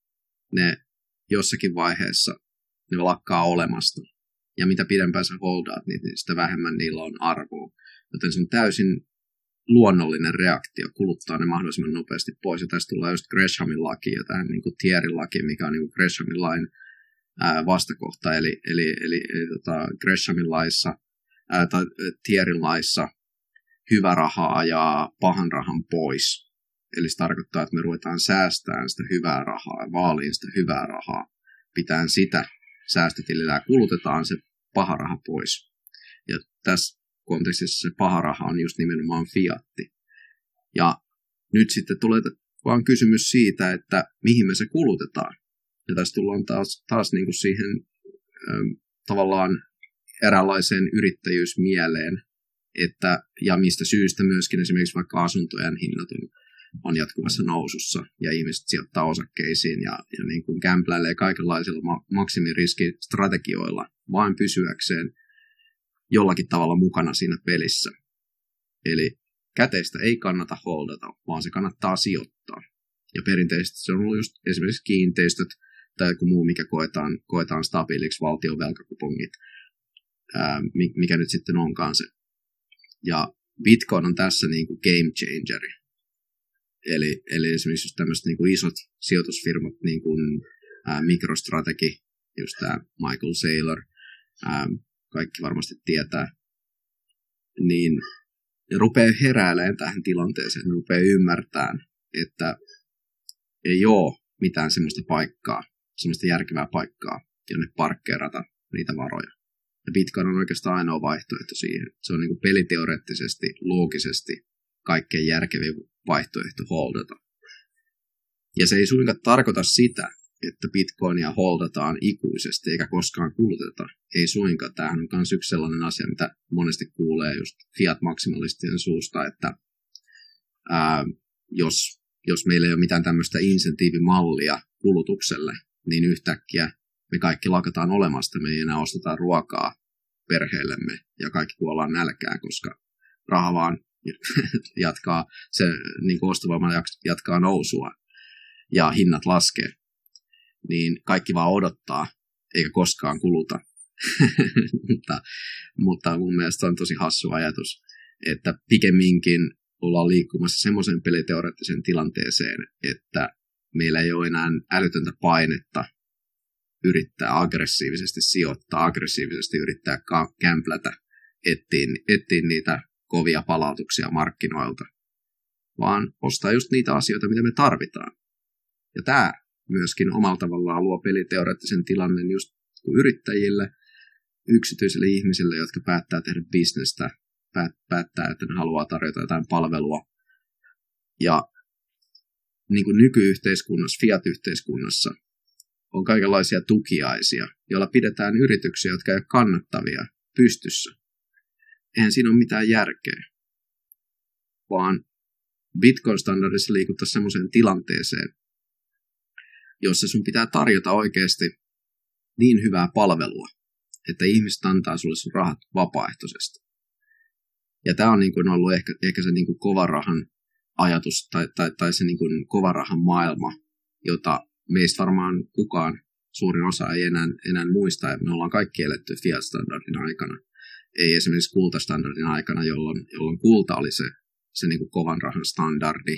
Ne jossakin vaiheessa ne lakkaa olemasta. Ja mitä pidempään sä holdaat, niin sitä vähemmän niillä on arvoa. Joten se on täysin luonnollinen reaktio kuluttaa ne mahdollisimman nopeasti pois. Ja tästä tullaan just Greshamin laki ja tähän niin kuin Thierin laki, mikä on niin kuin Greshamin lain ää, vastakohta. Eli, eli, eli, eli tota, Greshamin laissa ää, tai Thierin laissa hyvä raha ajaa pahan rahan pois. Eli se tarkoittaa, että me ruvetaan säästämään sitä hyvää rahaa ja vaaliin sitä hyvää rahaa. Pitään sitä säästötilillä ja kulutetaan se paha raha pois. Ja tässä kontekstissa se paha raha on just nimenomaan fiatti. Ja nyt sitten tulee vaan kysymys siitä, että mihin me se kulutetaan. Ja tässä tullaan taas, taas niin kuin siihen ähm, tavallaan eräänlaiseen yrittäjyysmieleen, että, ja mistä syystä myöskin esimerkiksi vaikka asuntojen hinnat on, on jatkuvassa nousussa, ja ihmiset sijoittaa osakkeisiin ja, ja niin kuin gambläilee kaikenlaisilla ma- maksimiriskistrategioilla vain pysyäkseen jollakin tavalla mukana siinä pelissä. Eli käteistä ei kannata holdata, vaan se kannattaa sijoittaa. Ja perinteisesti se on ollut just esimerkiksi kiinteistöt tai joku muu, mikä koetaan, koetaan stabiiliksi, valtion velkakupongit, ää, mikä nyt sitten onkaan se. Ja Bitcoin on tässä niin kuin game changeri. Eli, eli esimerkiksi just tämmöiset niin kuin isot sijoitusfirmat, niin kuin ää, MicroStrategy, just tämä Michael Saylor, ää, kaikki varmasti tietää, niin ne rupeaa heräilemään tähän tilanteeseen, ne rupeaa ymmärtämään, että ei ole mitään semmoista paikkaa, semmoista järkevää paikkaa, jonne parkkeerata niitä varoja. Ja Bitcoin on oikeastaan ainoa vaihtoehto siihen. Se on niin kuin peliteoreettisesti, loogisesti kaikkein järkevin vaihtoehto holdata. Ja se ei suinkaan tarkoita sitä, että Bitcoinia holdataan ikuisesti eikä koskaan kuluteta. Ei suinkaan. Tämähän on myös yksi sellainen asia, mitä monesti kuulee just fiat-maksimalistien suusta, että ää, jos, jos meillä ei ole mitään tämmöistä insentiivimallia kulutukselle, niin yhtäkkiä me kaikki lakataan olemasta. Me ei enää osteta ruokaa perheellemme ja kaikki kuollaan nälkään, koska raha vaan jatkaa, se niin kuin ostovoima jatkaa nousua ja hinnat laskee. Niin kaikki vaan odottaa, eikä koskaan kuluta. mutta, mutta mun mielestä on tosi hassu ajatus, että pikemminkin ollaan liikkumassa semmoisen peliteoreettiseen tilanteeseen, että meillä ei ole enää älytöntä painetta yrittää aggressiivisesti sijoittaa, aggressiivisesti yrittää kämplätä, etsiä, etsiä niitä kovia palautuksia markkinoilta, vaan ostaa just niitä asioita, mitä me tarvitaan. Ja tämä myöskin omalla tavallaan luo peliteoreettisen tilanteen just yrittäjille, yksityisille ihmisille, jotka päättää tehdä bisnestä, päättää, että ne haluaa tarjota jotain palvelua. Ja niin kuin nykyyhteiskunnassa, fiat-yhteiskunnassa, on kaikenlaisia tukiaisia, joilla pidetään yrityksiä, jotka eivät ole kannattavia, pystyssä. Eihän siinä ole mitään järkeä, vaan Bitcoin-standardissa liikuttaisiin semmoiseen tilanteeseen, jossa sun pitää tarjota oikeasti niin hyvää palvelua, että ihmiset antaa sulle sun rahat vapaaehtoisesti. Ja tämä on niin kuin ollut ehkä, ehkä se niin kuin kovan rahan ajatus tai, tai, tai se niin kuin kovarahan maailma, jota meistä varmaan kukaan, suurin osa ei enää, enää muista, että me ollaan kaikki eletty fiat-standardin aikana. Ei esimerkiksi kultastandardin aikana, jolloin, jolloin kulta oli se, se niin kuin kovan rahan standardi,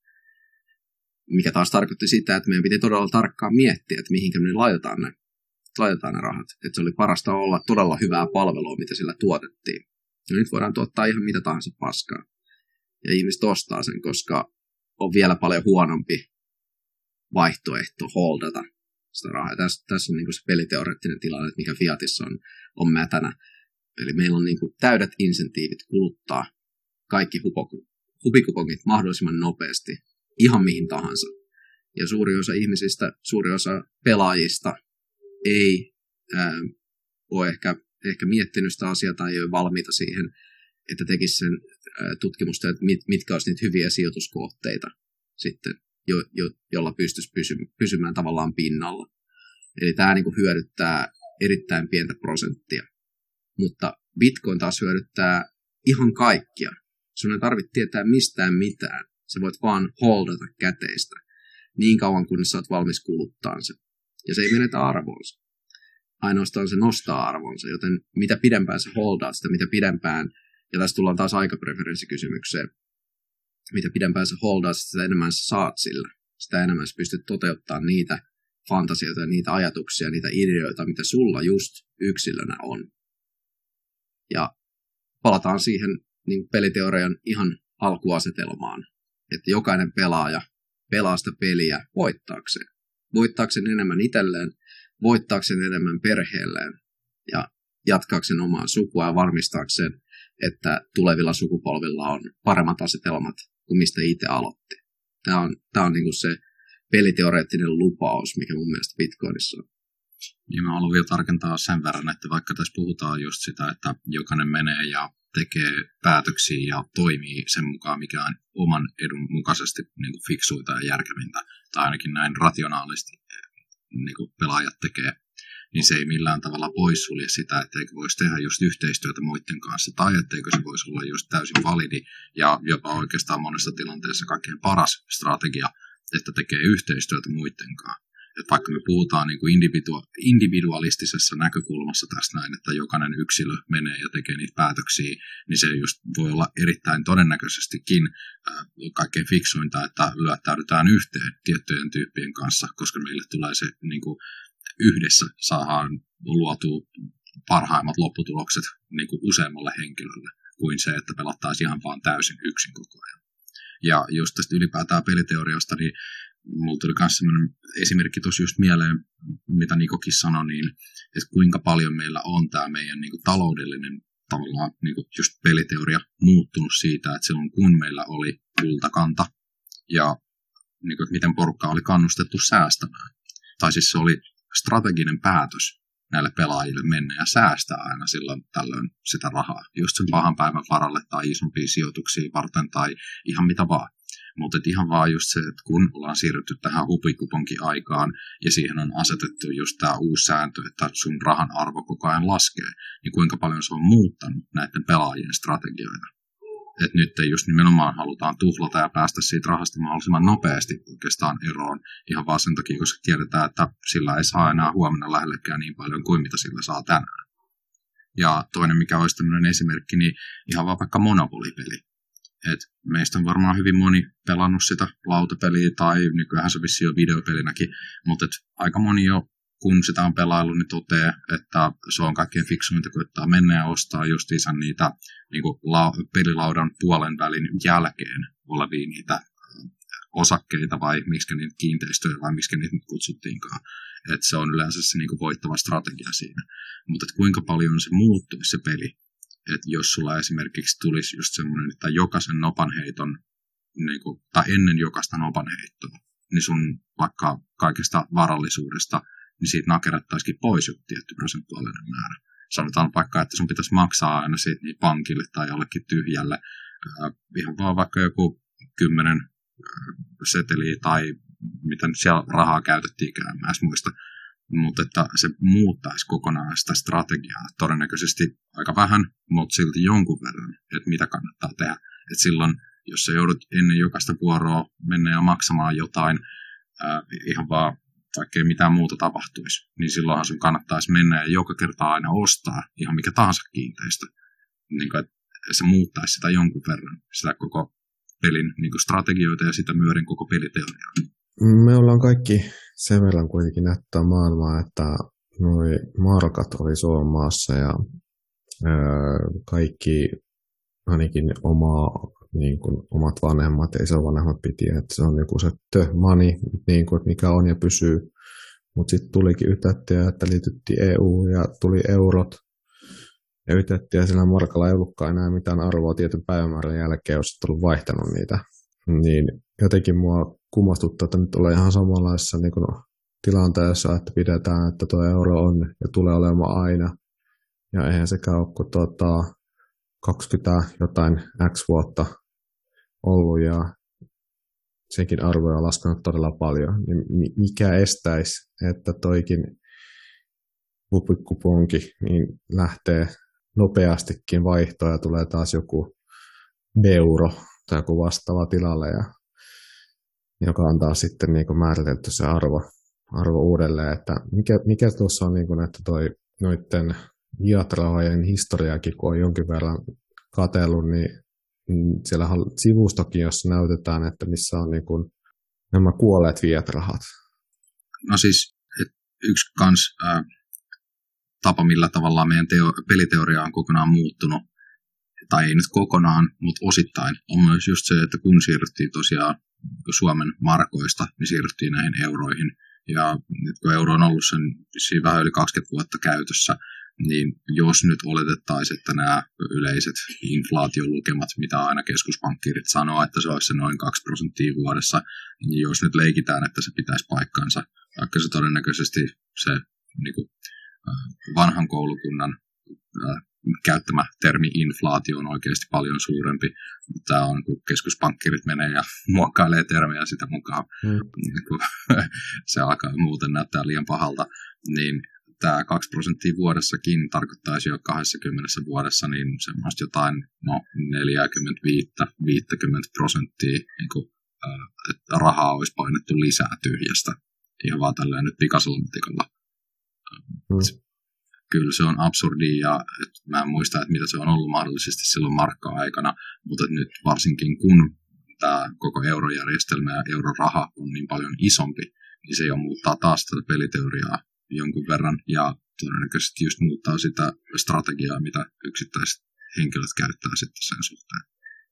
mikä taas tarkoitti sitä, että meidän piti todella tarkkaan miettiä, että mihinkä me laitetaan ne, laitetaan ne rahat. Että se oli parasta olla todella hyvää palvelua, mitä sillä tuotettiin. Ja nyt voidaan tuottaa ihan mitä tahansa paskaa. Ja ihmiset ostaa sen, koska on vielä paljon huonompi vaihtoehto holdata sitä rahaa. Tässä, tässä on niin kuin se peliteoreettinen tilanne, että mikä Fiatissa on, on mätänä. Eli meillä on niin kuin täydet insentiivit kuluttaa kaikki hupikupongit mahdollisimman nopeasti, ihan mihin tahansa. Ja suuri osa ihmisistä, suuri osa pelaajista ei ää, ole ehkä, ehkä miettinyt sitä asiaa tai ei ole valmiita siihen, että tekisi sen ää, tutkimusta, että mit, mitkä olisi niitä hyviä sijoituskohteita sitten, jo, jo, jolla pystyisi pysy, pysymään tavallaan pinnalla. Eli tämä niin kuin hyödyttää erittäin pientä prosenttia. Mutta Bitcoin taas hyödyttää ihan kaikkia. Sun ei tarvitse tietää mistään mitään. Sä voit vaan holdata käteistä niin kauan, kunnes sä oot valmis kuluttaa se. Ja se ei menetä arvoonsa. Ainoastaan se nostaa arvonsa, joten mitä pidempään sä holdaat sitä, mitä pidempään, ja tässä tullaan taas aikapreferenssikysymykseen, mitä pidempään sä holdaat sitä, sitä enemmän sä saat sillä. Sitä enemmän sä pystyt toteuttamaan niitä fantasioita ja niitä ajatuksia, niitä ideoita, mitä sulla just yksilönä on. Ja palataan siihen niin peliteorian ihan alkuasetelmaan, että jokainen pelaaja pelaa sitä peliä voittaakseen. Voittaakseen enemmän itselleen, voittaakseen enemmän perheelleen ja jatkaakseen omaa sukua ja varmistaakseen, että tulevilla sukupolvilla on paremmat asetelmat kuin mistä itse aloitti. Tämä on, tämä on niin kuin se peliteoreettinen lupaus, mikä mun mielestä Bitcoinissa on. Ja mä haluan vielä tarkentaa sen verran, että vaikka tässä puhutaan just sitä, että jokainen menee ja tekee päätöksiä ja toimii sen mukaan, mikä on oman edun mukaisesti niin kuin fiksuita ja järkevintä, tai ainakin näin rationaalisesti niin kuin pelaajat tekee, niin se ei millään tavalla poissulje sitä, etteikö voisi tehdä just yhteistyötä muiden kanssa, tai etteikö se voisi olla just täysin validi, ja jopa oikeastaan monessa tilanteessa kaikkein paras strategia, että tekee yhteistyötä muiden kanssa. Että vaikka me puhutaan niin kuin individualistisessa näkökulmassa tästä näin, että jokainen yksilö menee ja tekee niitä päätöksiä, niin se just voi olla erittäin todennäköisestikin äh, kaikkein fiksuinta, että lyöttäydytään yhteen tiettyjen tyyppien kanssa, koska meille tulee se niin kuin yhdessä saadaan luotua parhaimmat lopputulokset niin kuin useammalle henkilölle kuin se, että pelattaisiin ihan vaan täysin yksin koko ajan. Ja jos tästä ylipäätään peliteoriasta, niin mulla tuli myös sellainen esimerkki tosi just mieleen, mitä Nikokin sanoi, niin, että kuinka paljon meillä on tämä meidän niin kuin taloudellinen tavallaan niin kuin just peliteoria muuttunut siitä, että silloin kun meillä oli kultakanta ja niin kuin, että miten porukka oli kannustettu säästämään. Tai siis se oli strateginen päätös näille pelaajille mennä ja säästää aina silloin tällöin sitä rahaa. Just sen pahan päivän varalle tai isompia sijoituksia varten tai ihan mitä vaan. Mutta ihan vaan just se, että kun ollaan siirrytty tähän hupikuponki-aikaan ja siihen on asetettu just tämä uusi sääntö, että sun rahan arvo koko ajan laskee, niin kuinka paljon se on muuttanut näiden pelaajien strategioita. Että nyt just nimenomaan halutaan tuhlata ja päästä siitä rahasta mahdollisimman nopeasti oikeastaan eroon ihan vaan sen takia, koska tiedetään, että sillä ei saa enää huomenna lähellekään niin paljon kuin mitä sillä saa tänään. Ja toinen, mikä olisi tämmöinen esimerkki, niin ihan vaan vaikka Monopoly-peli. Et meistä on varmaan hyvin moni pelannut sitä lautapeliä tai nykyään se vissiin on videopelinäkin, mutta aika moni jo, kun sitä on pelaillut, niin toteaa, että se on kaikkein fiksuinta, koittaa mennä ja ostaa justiinsa niitä niin kuin la- pelilaudan puolen välin jälkeen olevia niitä osakkeita vai miksi niitä kiinteistöjä vai miksi niitä nyt kutsuttiinkaan. Että se on yleensä se niin kuin voittava strategia siinä. Mutta kuinka paljon se muuttuu se peli. Että jos sulla esimerkiksi tulisi just semmoinen, että jokaisen nopanheiton, niin kuin, tai ennen jokaista nopanheittoa, niin sun vaikka kaikesta varallisuudesta, niin siitä nakerrettaisikin pois joku tietty prosentuaalinen määrä. Sanotaan vaikka, että sun pitäisi maksaa aina siitä niin pankille tai jollekin tyhjälle, äh, ihan vaan vaikka joku kymmenen äh, seteliä tai mitä nyt siellä rahaa käytettiinkään, mä en muista. Mutta että se muuttaisi kokonaan sitä strategiaa todennäköisesti aika vähän, mutta silti jonkun verran, että mitä kannattaa tehdä. Että silloin jos sä joudut ennen jokaista vuoroa mennä ja maksamaan jotain, ää, ihan vaan vaikkei mitään muuta tapahtuisi, niin silloinhan sun kannattaisi mennä ja joka kerta aina ostaa ihan mikä tahansa kiinteistö. Niin kuin, että se muuttaisi sitä jonkun verran, sitä koko pelin niin kuin strategioita ja sitä myöden koko peliteoriaa. Me ollaan kaikki sen verran kuitenkin näyttää maailmaa, että noi markat oli Suomen maassa ja ää, kaikki ainakin omaa, niin kuin, omat vanhemmat ja isovanhemmat piti, että se on joku se the money, niin kuin, mikä on ja pysyy. Mutta sitten tulikin ytättiä, että liityttiin E U ja tuli eurot. Ja ytättiä sillä markalla ei ollutkaan enää mitään arvoa tietyn päivämäärän jälkeen, jos et ollut vaihtanut niitä. Niin jotenkin mua kummastuttaa, että nyt ollaan ihan samanlaisessa niin kuin tilanteessa, että pidetään, että tuo euro on ja tulee olemaan aina. Ja eihän sekään ole kuin tuota, kaksikymmentä jotain X vuotta ollut ja senkin arvoja on laskenut todella paljon. Niin mikä estäisi, että toikin kupikkuponki niin lähtee nopeastikin vaihtoon ja tulee taas joku euro tai joku vastaava tilalle, ja, joka on taas sitten niin kuin määritelty se arvo, arvo uudelleen. Että mikä, mikä tuossa on, niin kuin, että toi noiden fiat-rahojen historiakin, kun on jonkin verran katsellut, niin siellä sivustokin, jossa näytetään, että missä on niin kuin nämä kuolleet fiat-rahat. No siis yksi kans äh, tapa, millä tavalla meidän teo- peliteoria on kokonaan muuttunut, tai ei nyt kokonaan, mutta osittain, on myös just se, että kun siirryttiin tosiaan Suomen markoista, niin siirryttiin näihin euroihin. Ja nyt kun euro on ollut sen siinä vähän yli kaksikymmentä vuotta käytössä, niin jos nyt oletettaisiin, että nämä yleiset inflaatiolukemat, mitä aina keskuspankkiirit sanoo, että se olisi se noin kaksi prosenttia vuodessa, niin jos nyt leikitään, että se pitäisi paikkansa, vaikka se todennäköisesti se niin kuin, vanhan koulukunnan äh, käyttämä termi inflaatio on oikeasti paljon suurempi. Tämä on, kun keskuspankkirit menee ja muokkailee termejä sitä mukaan, mm. kun se alkaa muuten näyttää liian pahalta, niin tämä kaksi prosenttia vuodessakin tarkoittaisi jo kaksikymmentä vuodessa niin semmoista jotain no, neljäkymmentäviisi viisikymmentä prosenttia niin kuin, äh, että rahaa olisi painettu lisää tyhjästä. Ihan vaan tällä nyt pikaisella matikalla. Mm. Kyllä se on absurdia ja et mä en muista, että mitä se on ollut mahdollisesti silloin markka-aikana, mutta nyt varsinkin kun tämä koko eurojärjestelmä ja euroraha on niin paljon isompi, niin se jo muuttaa taas tätä peliteoriaa jonkun verran ja todennäköisesti just muuttaa sitä strategiaa, mitä yksittäiset henkilöt käyttää sitten sen suhteen.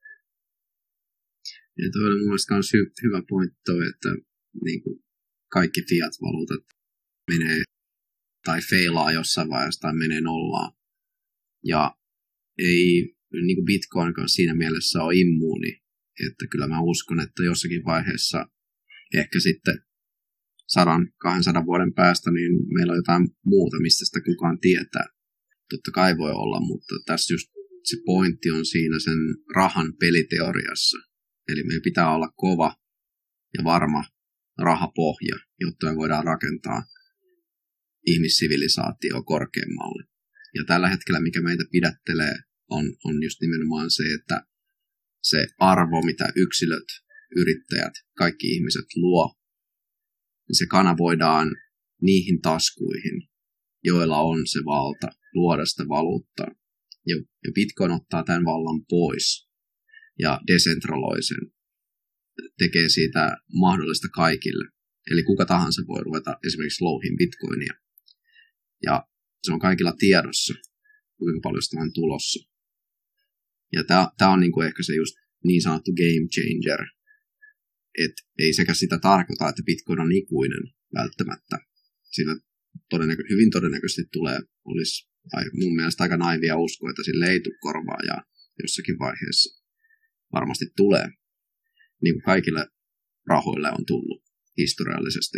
Ja toi on mun mielestä myös hy- hyvä pointti toi, että niin kuin kaikki fiat-valuutat menee tai feilaa jossain vaiheessa tai menee nollaan. Ja ei niin kuin Bitcoinkaan siinä mielessä ole immuuni, että kyllä mä uskon, että jossakin vaiheessa ehkä sitten sadan, kahdensadan vuoden päästä, niin meillä on jotain muuta, mistä sitä kukaan tietää. Totta kai voi olla, mutta tässä just se pointti on siinä sen rahan peliteoriassa. Eli meidän pitää olla kova ja varma rahapohja, jotta me voidaan rakentaa ihmissivilisaatio korkeammalle. Ja tällä hetkellä, mikä meitä pidättelee, on, on just nimenomaan se, että se arvo, mitä yksilöt, yrittäjät, kaikki ihmiset luo, se kanavoidaan niihin taskuihin, joilla on se valta luoda sitä valuuttaa. Ja, ja Bitcoin ottaa tämän vallan pois ja desentraloi sen, tekee siitä mahdollista kaikille. Eli kuka tahansa voi ruveta esimerkiksi louhiin Bitcoinia. Ja se on kaikilla tiedossa, kuinka paljon sitä on tulossa. Ja tämä on niinku ehkä se just niin sanottu game changer, että ei sekä sitä tarkoita, että Bitcoin on ikuinen välttämättä. Sillä todennäkö- hyvin todennäköisesti tulee, olisi tai mun mielestä aika naivia uskoa, että sille ei tule korvaajaa jossakin vaiheessa. Varmasti tulee, niin kuin kaikille rahoille on tullut historiallisesti.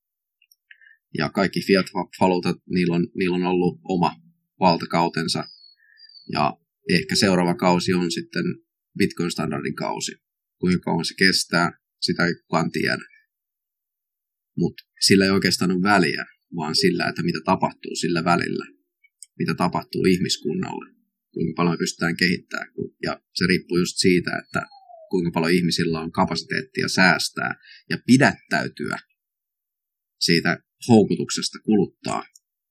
Ja kaikki fiat-valuutat, niillä on, niillä on ollut oma valtakautensa. Ja ehkä seuraava kausi on sitten Bitcoin-standardin kausi. Kuinka kauan se kestää, sitä ei kukaan tiedä. Mutta sillä ei oikeastaan ole väliä, vaan sillä, että mitä tapahtuu sillä välillä. Mitä tapahtuu ihmiskunnalle. Kuinka paljon pystytään kehittämään. Ja se riippuu just siitä, että kuinka paljon ihmisillä on kapasiteettia säästää ja pidättäytyä siitä houkutuksesta kuluttaa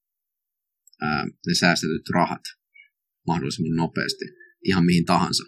ää, ne säästetyt rahat mahdollisimman nopeasti ihan mihin tahansa.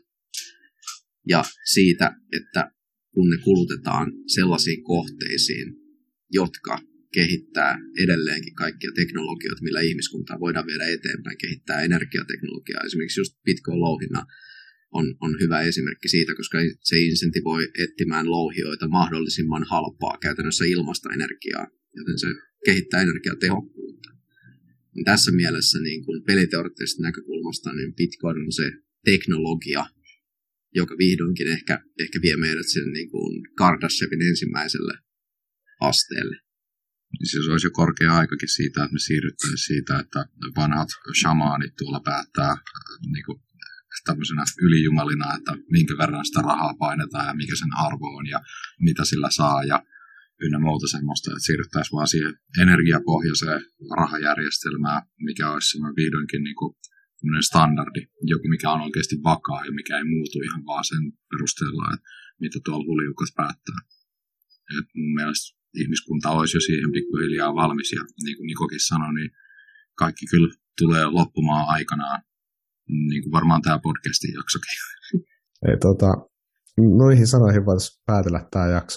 Ja siitä, että kun ne kulutetaan sellaisiin kohteisiin, jotka kehittää edelleenkin kaikkia teknologioita, millä ihmiskuntaa voidaan viedä eteenpäin, kehittää energiateknologiaa. Esimerkiksi just Bitcoin-louhinna on, on hyvä esimerkki siitä, koska se insentivoi etsimään louhioita mahdollisimman halpaa, käytännössä ilmasta energiaa, joten se kehittää energiatehokkuutta. Tässä mielessä niin kuin peliteoreettisesta näkökulmasta niin Bitcoin on se teknologia, joka vihdoinkin ehkä, ehkä vie meidät sen niin kuin Kardashevin ensimmäiselle asteelle. Se olisi jo korkea aikakin siitä, että me siirryttäisiin siitä, että vanhat shamaanit tuolla päättää niin kuin tämmöisenä ylijumalina, että minkä verran sitä rahaa painetaan ja mikä sen arvo on ja mitä sillä saa ja ynnä muuta semmoista, että siirryttäisiin vaan siihen energiapohjaiseen rahajärjestelmään, mikä olisi semmoinen vihdoinkin niin kuin standardi, joku mikä on oikeasti vakaa ja mikä ei muutu ihan vaan sen perusteella, että mitä tuolla huliukas päättää. Et mun mielestä ihmiskunta olisi jo siihen pikkuhiljaa valmis ja niin kuin Nikokin sanoi, niin kaikki kyllä tulee loppumaan aikanaan, niin kuin varmaan tämä podcastin jaksokin. Ei, tota, noihin sanoihin voitaisiin päätellä tämä jakso.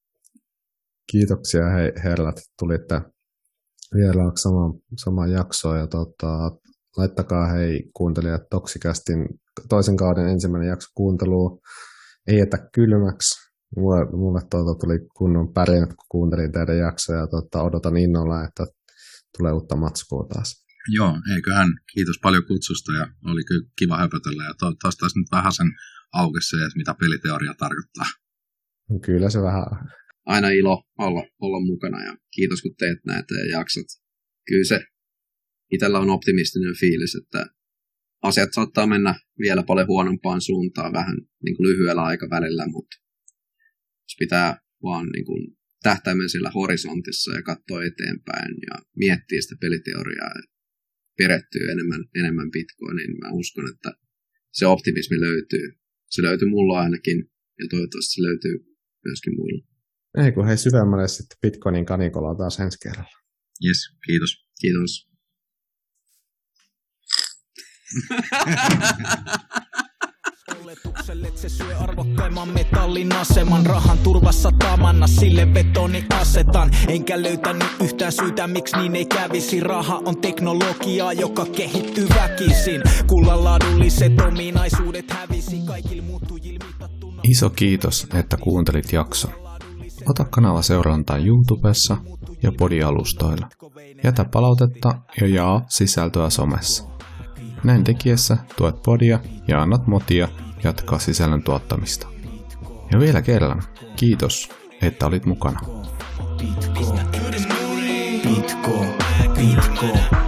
Kiitoksia hei herrat, että tulitte vieraaksi samaan, samaan jaksoon ja tota, laittakaa hei kuuntelijat Toxikästin toisen kauden ensimmäinen jakso kuunteluun. Ei jätä kylmäksi. Mulle, mulle tuota tuli kunnon pärjät, kun kuuntelin teidän jaksoja ja tuota, odotan innolla, että tulee uutta matskua taas. Joo, eiköhän. Kiitos paljon kutsusta ja oli kyllä kiva höpötellä ja toivottavasti taas nyt vähän sen auki se, että mitä peliteoria tarkoittaa. Kyllä se vähän. Aina ilo olla, olla mukana ja kiitos kun teet näitä ja jaksat. Kyllä se itsellä on optimistinen fiilis, että asiat saattaa mennä vielä paljon huonompaan suuntaan vähän niin kuin lyhyellä aikavälillä, mutta jos pitää vaan niin kuin tähtäimen sillä horisontissa ja katsoa eteenpäin ja miettiä sitä peliteoriaa ja perehtyy enemmän, enemmän Bitcoin, niin mä uskon, että se optimismi löytyy. Se löytyy mulla ainakin ja toivottavasti se löytyy myöskin muilla. Ei kun hei syvemmälle sitten Bitcoinin kanikolla taas ensi kerralla. Jes, kiitos. Kiitos. Oletukselle se syö arvokkaimman metallin aseman. Rahan turvassa tamanna sille betoni asetan. Enkä löytänyt yhtään syytä miksi niin ei kävisi. Raha on teknologiaa, joka kehittyy väkisin. Kullan laadulliset ominaisuudet hävisi kaikille muuttujille mitattuna. Iso kiitos, että kuuntelit jakson. Ota kanava seurantaan YouTubessa ja podialustoilla. Jätä palautetta ja jaa sisältöä somessa. Näin tekiessä tuet podia ja annat motia jatkaa sisällön tuottamista. Ja vielä kerran, kiitos, että olit mukana. Bitcoin, Bitcoin, Bitcoin.